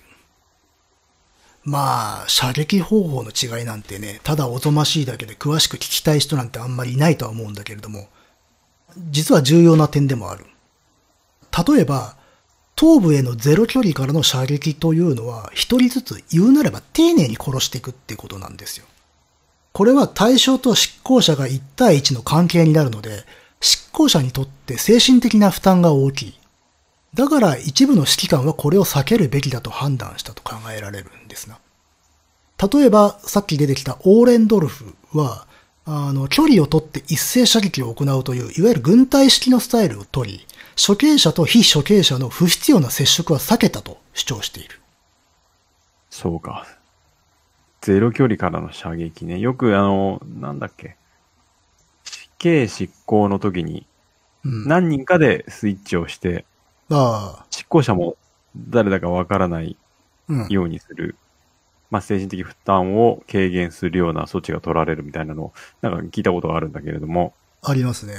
まあ、射撃方法の違いなんてね、ただおぞましいだけで詳しく聞きたい人なんてあんまりいないとは思うんだけれども、実は重要な点でもある。例えば、頭部へのゼロ距離からの射撃というのは、一人ずつ言うなれば丁寧に殺していくってことなんですよ。これは対象と執行者が1対1の関係になるので、執行者にとって精神的な負担が大きい。だから一部の指揮官はこれを避けるべきだと判断したと考えられるんですな。例えば、さっき出てきたオーレンドルフは、距離を取って一斉射撃を行うという、いわゆる軍隊式のスタイルを取り、処刑者と非処刑者の不必要な接触は避けたと主張している。 そうか。ゼロ距離からの射撃ね。よくなんだっけ。死刑執行の時に、何人かでスイッチをして、執行者も誰だかわからないようにする、まあ、精神的負担を軽減するような措置が取られるみたいなのを、なんか聞いたことがあるんだけれども。 ありますね。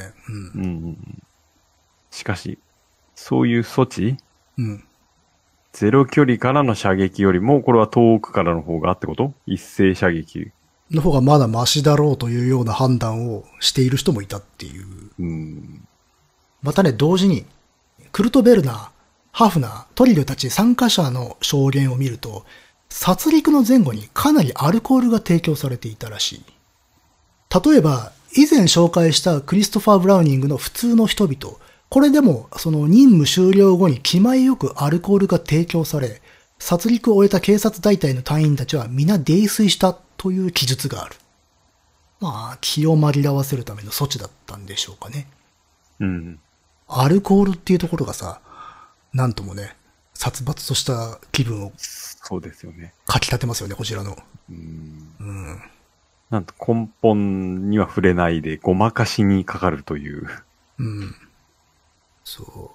しかし、そういう措置、ゼロ距離からの射撃よりも、これは遠くからの方がってこと？一斉射撃の方がまだマシだろうというような判断をしている人もいたっていう。またね、同時に、クルト・ベルナー、ハフナー、トリルたち参加者の証言を見ると、殺戮の前後にかなりアルコールが提供されていたらしい。例えば、以前紹介したクリストファー・ブラウニングの普通の人々、これでもその任務終了後に気前よくアルコールが提供され、 殺戮を終えた警察大隊の隊員たちは皆泥酔したという記述がある。まあ、気を紛らわせるための措置だったんでしょうかね。 うん。 アルコールっていうところがさ、なんともね、殺伐とした気分をそうですよね。 かき立てますよね、こちらの。 うんうん。 なんと根本には触れないでごまかしにかかるという。 うん。そう。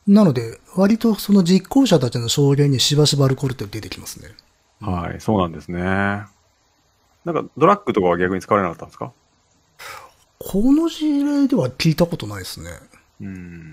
なので、割とその実行者たちの証言にしばしばアルコールって出てきますね。 はい、そうなんですね。なんかドラッグとかは逆に使われなかったんですか？ この事例では聞いたことないですね。 うん。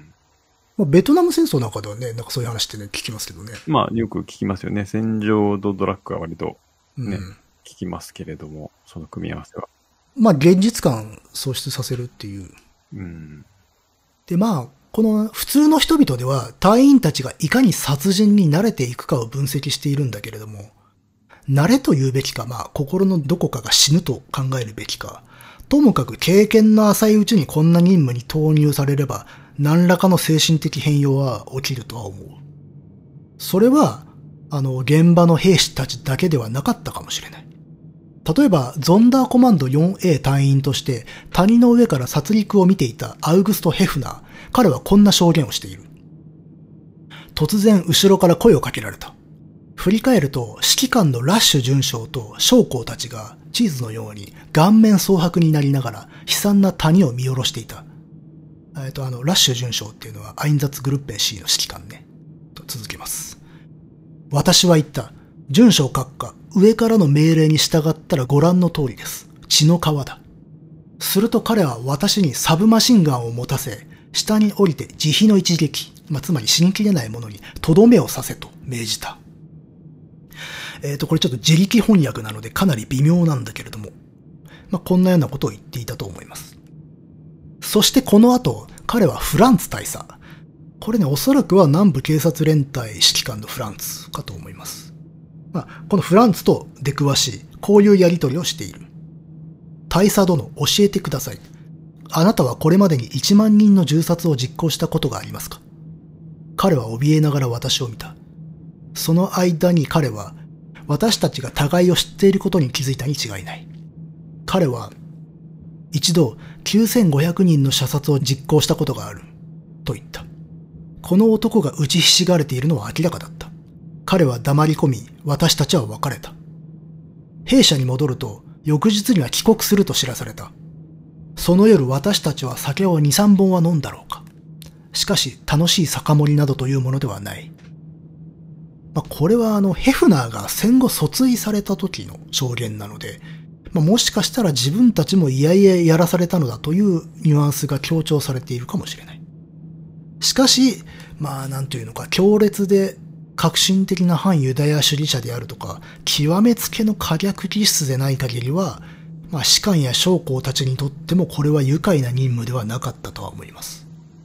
まあ、ベトナム戦争なんかではね、なんかそういう話ってね、聞きますけどね。 まあ、よく聞きますよね。戦場とドラッグは割とね、 うん。 聞きますけれども、その組み合わせは。 まあ、現実感喪失させるっていう。 うん。 で、まあ、この普通の人々では隊員たちがいかに殺人に慣れていくかを分析しているんだけれども、慣れと言うべきか、まあ、心のどこかが死ぬと考えるべきか、ともかく経験の浅いうちにこんな任務に投入されれば、何らかの精神的変容は起きるとは思う。それは、現場の兵士たちだけではなかったかもしれない。例えば、ゾンダーコマンド 4A 隊員として、谷の上から殺戮を見ていたアウグスト・ヘフナー。彼はこんな証言をしている。突然、後ろから声をかけられた。振り返ると、指揮官のラッシュ准将と将校たちが、地図のように顔面蒼白になりながら、悲惨な谷を見下ろしていた。ラッシュ准将っていうのは、アインザッツグルッペン C の指揮官ね。と続けます。私は言った。准将閣下、上からの命令に従ったらご覧の通りです。血の川だ。すると彼は私にサブマシンガンを持たせ、下に降りて慈悲の一撃、つまり死にきれないものにとどめを刺せと命じた。これちょっと自力翻訳なのでかなり微妙なんだけれども、こんなようなことを言っていたと思います。そしてこの後、彼はフランツ大佐。これね、おそらくは南部警察連隊指揮官のフランツかと思います。このフランツと出くわし、こういうやりとりをしている。大佐殿、教えてください。あなたはこれまでに1万人の銃殺を実行したことがありますか？彼は怯えながら私を見た。その間に彼は、私たちが互いを知っていることに気づいたに違いない。彼は、一度9500人の射殺を実行したことがある、と言った。この男が打ちひしがれているのは明らかだった。彼は黙り込み、私たちは別れた。兵舎に戻ると、翌日には帰国すると知らされた。その夜私たちは酒を2、3本は飲んだろうか。しかし楽しい酒盛りなどというものではない。これはヘフナーが戦後訴追された時の証言なので、もしかしたら自分たちもいやいややらされたのだというニュアンスが強調されているかもしれない。しかし、なんというのか、強烈で革新的な反ユダヤ主義者であるとか、極めつけの可逆気質でない限りは、士官や将校たちにとってもこれは愉快な任務ではなかったとは思います。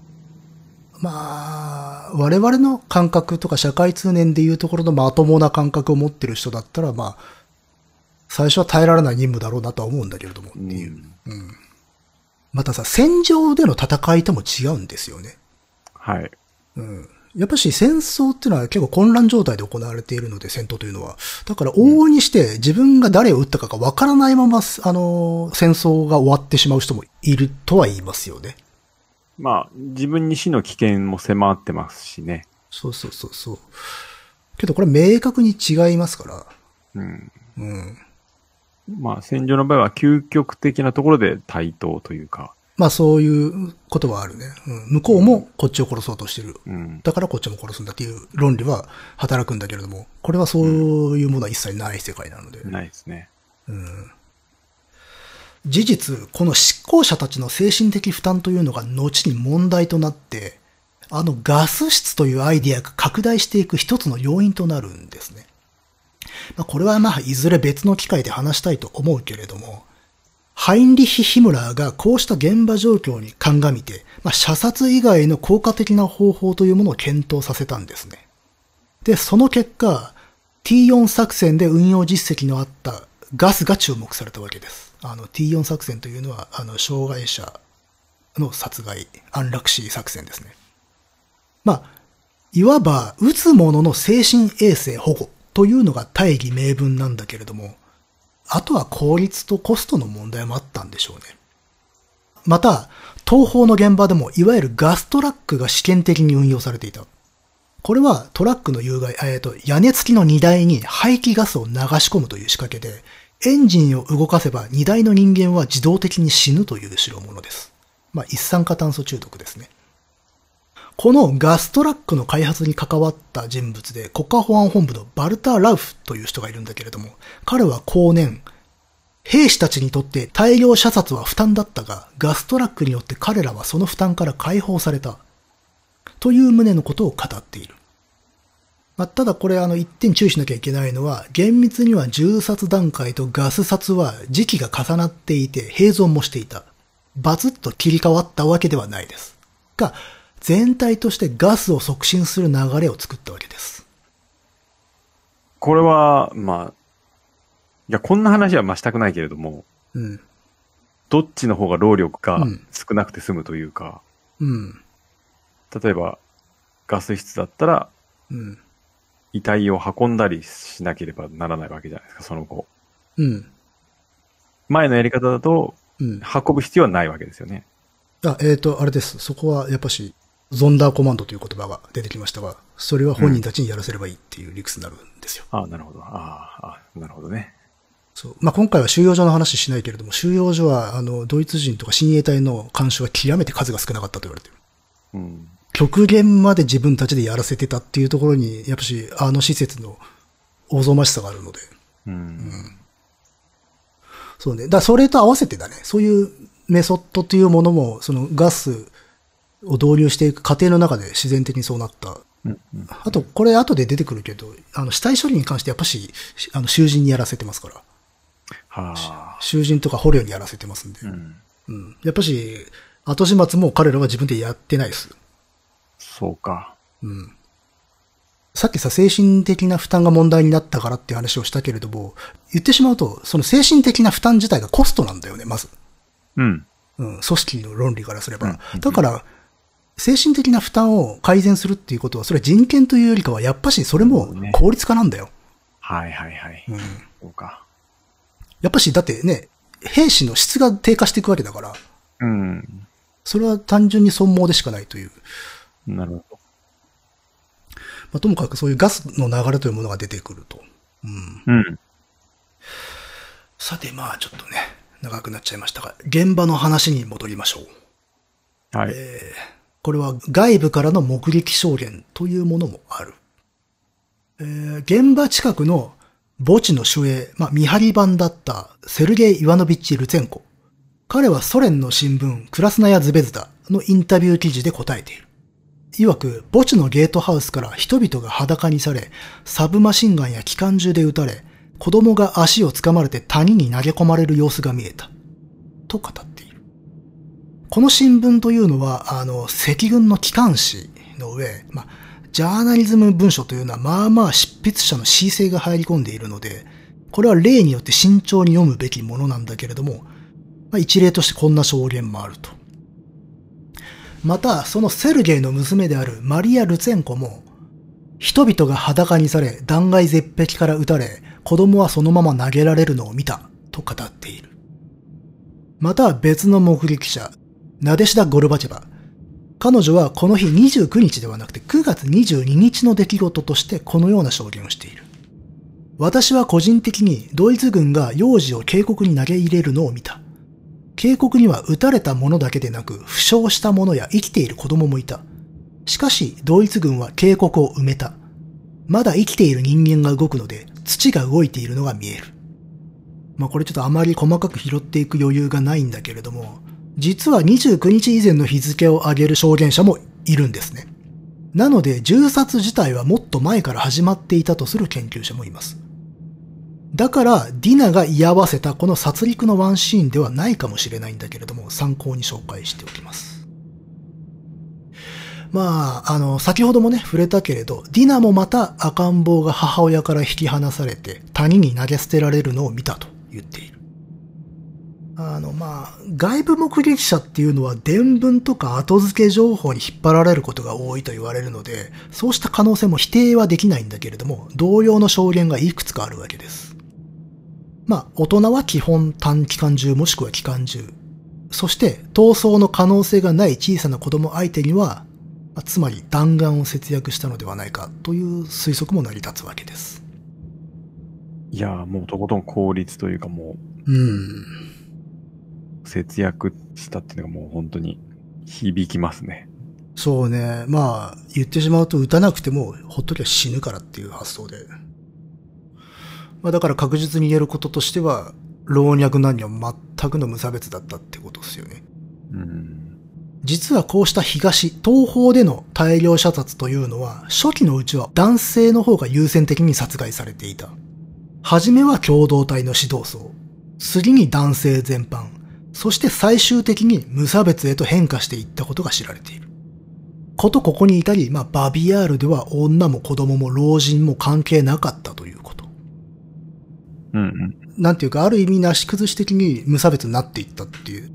我々の感覚とか社会通念でいうところのまともな感覚を持ってる人だったら、最初は耐えられない任務だろうなとは思うんだけれどもっていう。またさ、戦場での戦いとも違うんですよね。 はい。 やっぱし戦争っていうのは結構混乱状態で行われているので、戦闘というのは。だから往々にして自分が誰を撃ったかがわからないまま、戦争が終わってしまう人もいるとは言いますよね。 自分に死の危険も迫ってますしね。 そう。けどこれ明確に違いますから。 戦場の場合は究極的なところで対等というか。 そういうことはあるね。向こうもこっちを殺そうとしてる。だからこっちも殺すんだっていう論理は働くんだけれども、これはそういうものは一切ない世界なので。 ないですね。 事実、この執行者たちの精神的負担というのが後に問題となって、ガス室というアイディアが拡大していく一つの要因となるんですね。これはいずれ別の機会で話したいと思うけれども、ハインリッヒ・ヒムラーがこうした現場状況に鑑みて、射殺以外の効果的な方法というものを検討させたんですね。で、その結果、T4 作戦で運用実績のあったガスが注目されたわけです。T4 作戦というのは、障害者の殺害、安楽死作戦ですね。 いわば、撃つ者の精神衛生保護というのが大義名分なんだけれども、あとは効率とコストの問題もあったんでしょうね。また、東宝の現場でもいわゆるガストラックが試験的に運用されていた。これはトラックの有害、屋根付きの荷台に排気ガスを流し込むという仕掛けで、エンジンを動かせば荷台の人間は自動的に死ぬという代物です。一酸化炭素中毒ですね。このガストラックの開発に関わった人物で国家保安本部のバルター・ラウフという人がいるんだけれども、彼は後年、兵士たちにとって大量射殺は負担だったが、ガストラックによって彼らはその負担から解放された。という旨のことを語っている。ただこれ一点注意しなきゃいけないのは、厳密には銃殺段階とガス殺は時期が重なっていて併存もしていた。バツッと切り替わったわけではないです。が、全体としてガスを促進する流れを作ったわけです。 これは、いや、こんな話はしたくないけれども、どっちの方が労力が少なくて済むというか、例えば、ガス室だったら、遺体を運んだりしなければならないわけじゃないですか、その後。前のやり方だと、運ぶ必要はないわけですよね。 あれです。そこはやっぱし、ゾンダーコマンドという言葉が出てきましたが、それは本人たちにやらせればいいっていう理屈になるんですよ。 なるほど。なるほどね。 そう。今回は収容所の話しないけれども、収容所は、ドイツ人とか親衛隊の監視は極めて数が少なかったと言われている。極限まで自分たちでやらせてたっていうところに、やっぱし、施設のおぞましさがあるので。そうね。それと合わせてだね。そういうメソッドというものも、そのガスを導入していく過程の中で自然的にそうなった。あと、これ後で出てくるけど、死体処理に関してやっぱし、囚人にやらせてますから。囚人とか捕虜にやらせてますんで。やっぱし、後始末も彼らは自分でやってないです。 そうか。 さっき精神的な負担が問題になったからっていう話をしたけれども、言ってしまうと、その精神的な負担自体がコストなんだよね、まず。組織の論理からすれば。だから、精神的な負担を改善するっていうことは、それは人権というよりかは、やっぱしそれも効率化なんだよ。 そうか。 やっぱし、だってね、兵士の質が低下していくわけだから。それは単純に損耗でしかないという。 なるほど。ともかくそういうガスの流れというものが出てくると。さて、ちょっとね、長くなっちゃいましたが、現場の話に戻りましょう。これは外部からの目撃証言というものもある。現場近くの墓地の守衛、見張り番だったセルゲイ・イワノビッチ・ルツェンコ。彼はソ連の新聞、クラスナヤ・ズベズダのインタビュー記事で答えている。曰く、墓地のゲートハウスから人々が裸にされ、サブマシンガンや機関銃で撃たれ、子供が足を掴まれて谷に投げ込まれる様子が見えた。と語っている。この新聞というのは、赤軍の機関紙の上、ジャーナリズム文書というのは、執筆者の恣意性が入り込んでいるので、これは例によって慎重に読むべきものなんだけれども、一例としてこんな証言もあると。また、そのセルゲイの娘であるマリア・ルツェンコも、人々が裸にされ、断崖絶壁から撃たれ、子供はそのまま投げられるのを見た、と語っている。また別の目撃者、ナデシダ・ゴルバチェバ。彼女はこの日29日ではなくて9月22日の出来事としてこのような証言をしている。私は個人的にドイツ軍が幼児を渓谷に投げ入れるのを見た。渓谷には撃たれた者だけでなく負傷した者や生きている子供もいた。しかしドイツ軍は渓谷を埋めた。まだ生きている人間が動くので土が動いているのが見える。これちょっとあまり細かく拾っていく余裕がないんだけれども、実は29日以前の日付を挙げる証言者もいるんですね。なので銃殺自体はもっと前から始まっていたとする研究者もいます。だからディナが居合わせたこの殺戮のワンシーンではないかもしれないんだけれども、参考に紹介しておきます。先ほどもね、触れたけれど、ディナもまた赤ん坊が母親から引き離されて谷に投げ捨てられるのを見たと言っている。 外部目撃者っていうのは伝聞とか後付け情報に引っ張られることが多いと言われるので、そうした可能性も否定はできないんだけれども、同様の証言がいくつかあるわけです。大人は基本短期間銃もしくは期間銃。そして逃走の可能性がない小さな子供相手には、つまり弾丸を節約したのではないかという推測も成り立つわけです。 いやー、もうとことん効率というかもう、節約したっていうのがもう本当に響きますね。 そうね。言ってしまうと撃たなくてもほっときゃ死ぬからっていう発想で。だから確実に言えることとしては、老若男女全くの無差別だったってことですよね。実はこうした東方での大量射殺というのは、初期のうちは男性の方が優先的に殺害されていた。はじめは共同体の指導層、次に男性全般、そして最終的に無差別へと変化していったことが知られている。ここに至り、バビアールでは女も子供も老人も関係なかったということ。なんていうか、ある意味なし崩し的に無差別になっていったっていう。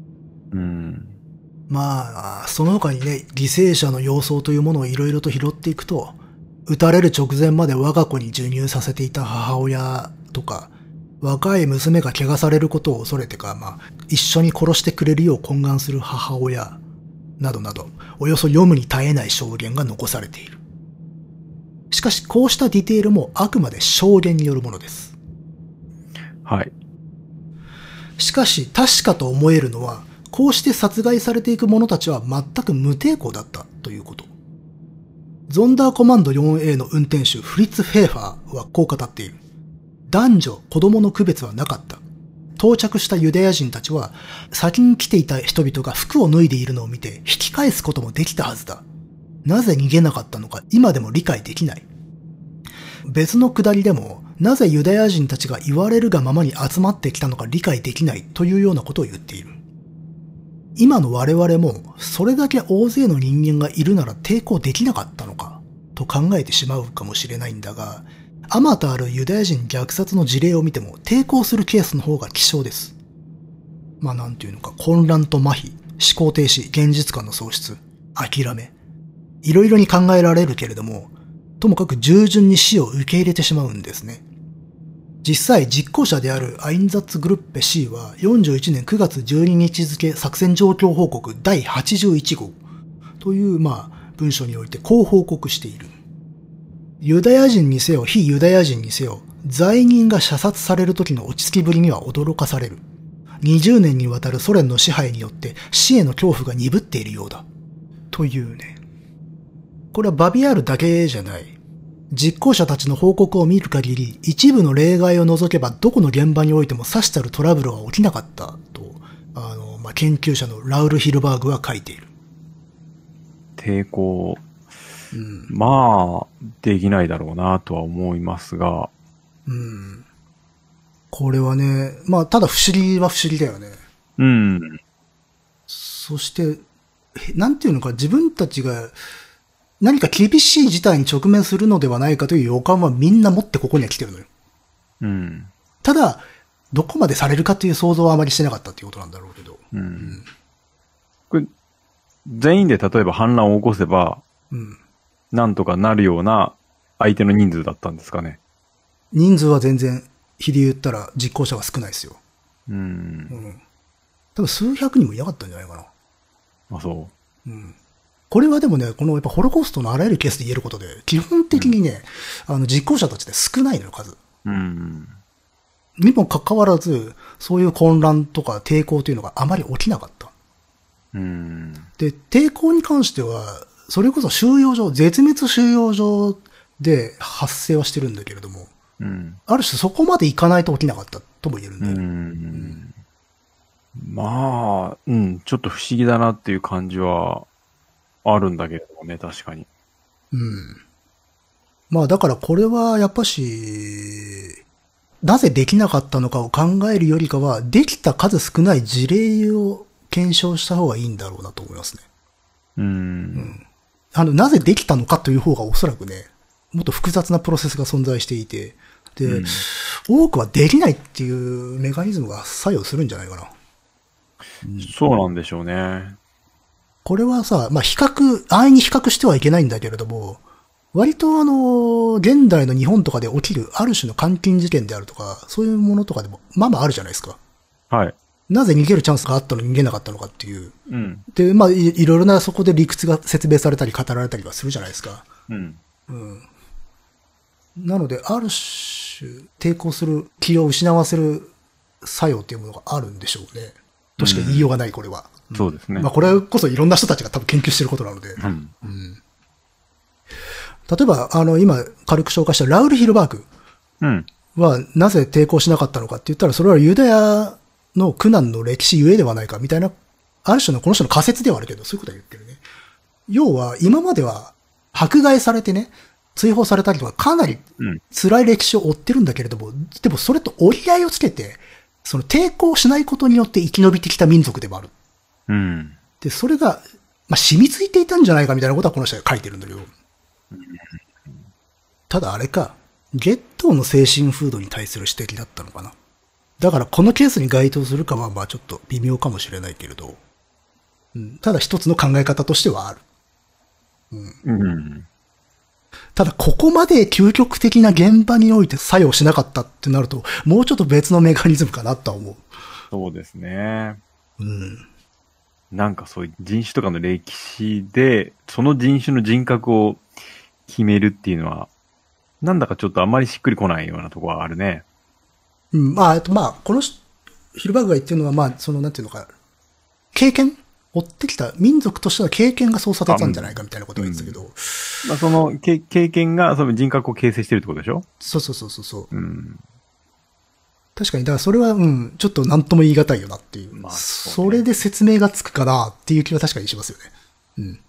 その他にね、犠牲者の様相というものをいろいろと拾っていくと、撃たれる直前まで我が子に授乳させていた母親とか、若い娘が怪我されることを恐れてか、一緒に殺してくれるよう懇願する母親、などなど、およそ読むに耐えない証言が残されている。しかし、こうしたディテールもあくまで証言によるものです。 はい。 しかし、確かと思えるのは、こうして殺害されていく者たちは全く無抵抗だったということ。ゾンダーコマンド 4A の運転手フリッツ・フェーファーはこう語っている。男女、子供の区別はなかった。到着したユダヤ人たちは、先に来ていた人々が服を脱いでいるのを見て引き返すこともできたはずだ。なぜ逃げなかったのか今でも理解できない。別のくだりでも、なぜユダヤ人たちが言われるがままに集まってきたのか理解できないというようなことを言っている。今の我々も、それだけ大勢の人間がいるなら抵抗できなかったのか、と考えてしまうかもしれないんだが、あまたあるユダヤ人虐殺の事例を見ても抵抗するケースの方が希少です。なんていうのか、混乱と麻痺、思考停止、現実感の喪失、諦め。いろいろに考えられるけれども、ともかく従順に死を受け入れてしまうんですね。実際、実行者であるアインザッツグルッペ C は41年9月12日付作戦状況報告第81号という文書においてこう報告している。ユダヤ人にせよ非ユダヤ人にせよ罪人が射殺される時の落ち着きぶりには驚かされる。20年にわたるソ連の支配によって死への恐怖が鈍っているようだ。というね。これはバビアールだけじゃない。実行者たちの報告を見る限り、一部の例外を除けばどこの現場においてもさしたるトラブルは起きなかったと、研究者のラウル・ヒルバーグは書いている。 抵抗、できないだろうなとは思いますが。 これはね、ただ不思議は不思議だよね。そして、なんていうのか、自分たちが、何か厳しい事態に直面するのではないかという予感はみんな持ってここには来てるのよ。ただ、どこまでされるかという想像はあまりしてなかったっていうことなんだろうけど。 これ、全員で例えば反乱を起こせば、なんとかなるような相手の人数だったんですかね。 人数は全然、比で言ったら実行者は少ないですよ。多分数百人もいなかったんじゃないかな。 そう。 これはでもね、このやっぱホロコーストのあらゆるケースで言えることで、基本的にね、実行者たちって少ないのよ、数。にもかかわらず、そういう混乱とか抵抗というのがあまり起きなかった。で、抵抗に関しては、それこそ収容所、絶滅収容所で発生はしてるんだけれども、ある種そこまでいかないと起きなかったとも言えるんだよね。 ちょっと不思議だなっていう感じは、あるんだけれどもね、確かに。 だからこれはやっぱし、なぜできなかったのかを考えるよりかは、できた数少ない事例を検証した方がいいんだろうなと思いますね。なぜできたのかという方がおそらくね、もっと複雑なプロセスが存在していて、で、多くはできないっていうメカニズムが作用するんじゃないかな。 そうなんでしょうね。 これはさ、まあ、安易に比較してはいけないんだけれども、割と現代の日本とかで起きるある種の監禁事件であるとか、そういうものとかでも、まあまああるじゃないですか。 はい。 なぜ逃げるチャンスがあったのに逃げなかったのかっていう。 うん。 で、まあ、いろいろなそこで理屈が説明されたり語られたりはするじゃないですか。 うん。 うん。なので、ある種、抵抗する、気を失わせる作用っていうものがあるんでしょうね。としか言いようがない、これは。 そうですね。 まあ、これこそいろんな人たちが多分研究してることなので。 うん。 例えば、今、軽く紹介したラウル・ヒルバーグは、なぜ抵抗しなかったのかって言ったら、それはユダヤの苦難の歴史ゆえではないか、みたいな、ある種のこの人の仮説ではあるけど、そういうことは言ってるね。要は、今までは、迫害されてね、追放されたりとか、かなり辛い歴史を追ってるんだけれども、でもそれと折り合いをつけて、その抵抗しないことによって生き延びてきた民族でもある。 うん。 で、それが、まあ、染みついていたんじゃないかみたいなことはこの人が書いてるんだけど。ただあれか、ゲットーの精神風土に対する指摘だったのかな。だからこのケースに該当するかはまあちょっと微妙かもしれないけれど、ただ一つの考え方としてはある。ただここまで究極的な現場において作用しなかったってなると、もうちょっと別のメカニズムかなとは思う。 そうですね。なんかそういう人種とかの歴史で、その人種の人格を決めるっていうのは、なんだかちょっとあんまりしっくりこないようなところはあるね。 まあ、このヒルバーグが言ってるのは、まあ、なんていうのか、経験追ってきた民族としての経験がそうさせたんじゃないかみたいなことを言ってたけど。 まあ、その経験がその人格を形成してるってことでしょ？ そう。確かに、だからそれは、ちょっと何とも言い難いよなっていう。まあ、それで説明がつくかなっていう気は確かにしますよね。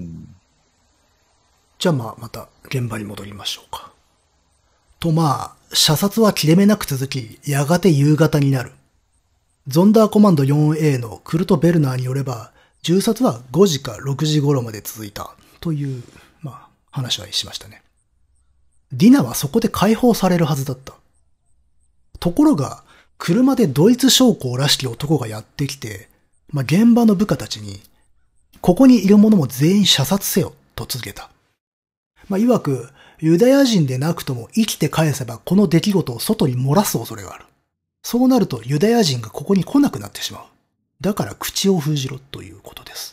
じゃあまた現場に戻りましょうか。と射殺は切れ目なく続き、やがて夕方になる。ゾンダーコマンド 4A のクルト・ベルナーによれば、銃殺は5時か6時頃まで続いたという、話はしましたね。ディナはそこで解放されるはずだった。ところが、車でドイツ将校らしき男がやってきて、現場の部下たちに、ここにいる者も全員射殺せよと続けた。曰く、ユダヤ人でなくとも生きて返せばこの出来事を外に漏らす恐れがある。そうなるとユダヤ人がここに来なくなってしまう。だから口を封じろということです。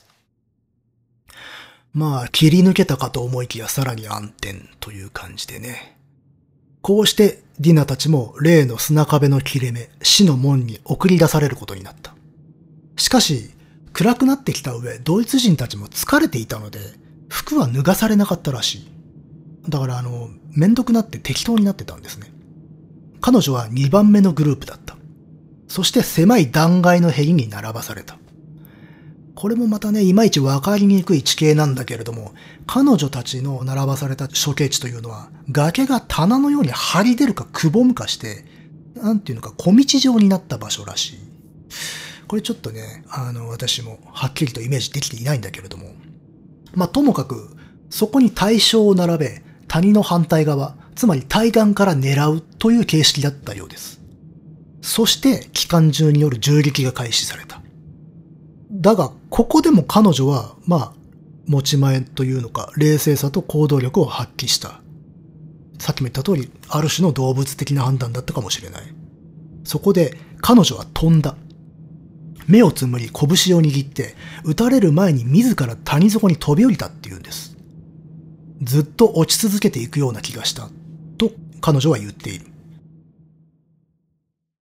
切り抜けたかと思いきやさらに暗転という感じでね。こうしてディナたちも例の砂壁の切れ目、死の門に送り出されることになった。しかし、暗くなってきた上、ドイツ人たちも疲れていたので、服は脱がされなかったらしい。だからめんどくなって適当になってたんですね。彼女は2番目のグループだった。そして狭い断崖のへりに並ばされた。これもまたね、いまいちわかりにくい地形なんだけれども、彼女たちの並ばされた処刑地というのは、崖が棚のように張り出るかくぼむかして、なんていうのか小道状になった場所らしい。これちょっとね、私もはっきりとイメージできていないんだけれども。ともかく、そこに対象を並べ、谷の反対側、つまり対岸から狙うという形式だったようです。そして、機関銃による銃撃が開始された。だが、ここでも彼女は、持ち前というのか、冷静さと行動力を発揮した。さっきも言った通り、ある種の動物的な判断だったかもしれない。そこで、彼女は飛んだ。目をつむり、拳を握って、撃たれる前に自ら谷底に飛び降りたっていうんです。ずっと落ち続けていくような気がした。と、彼女は言っている。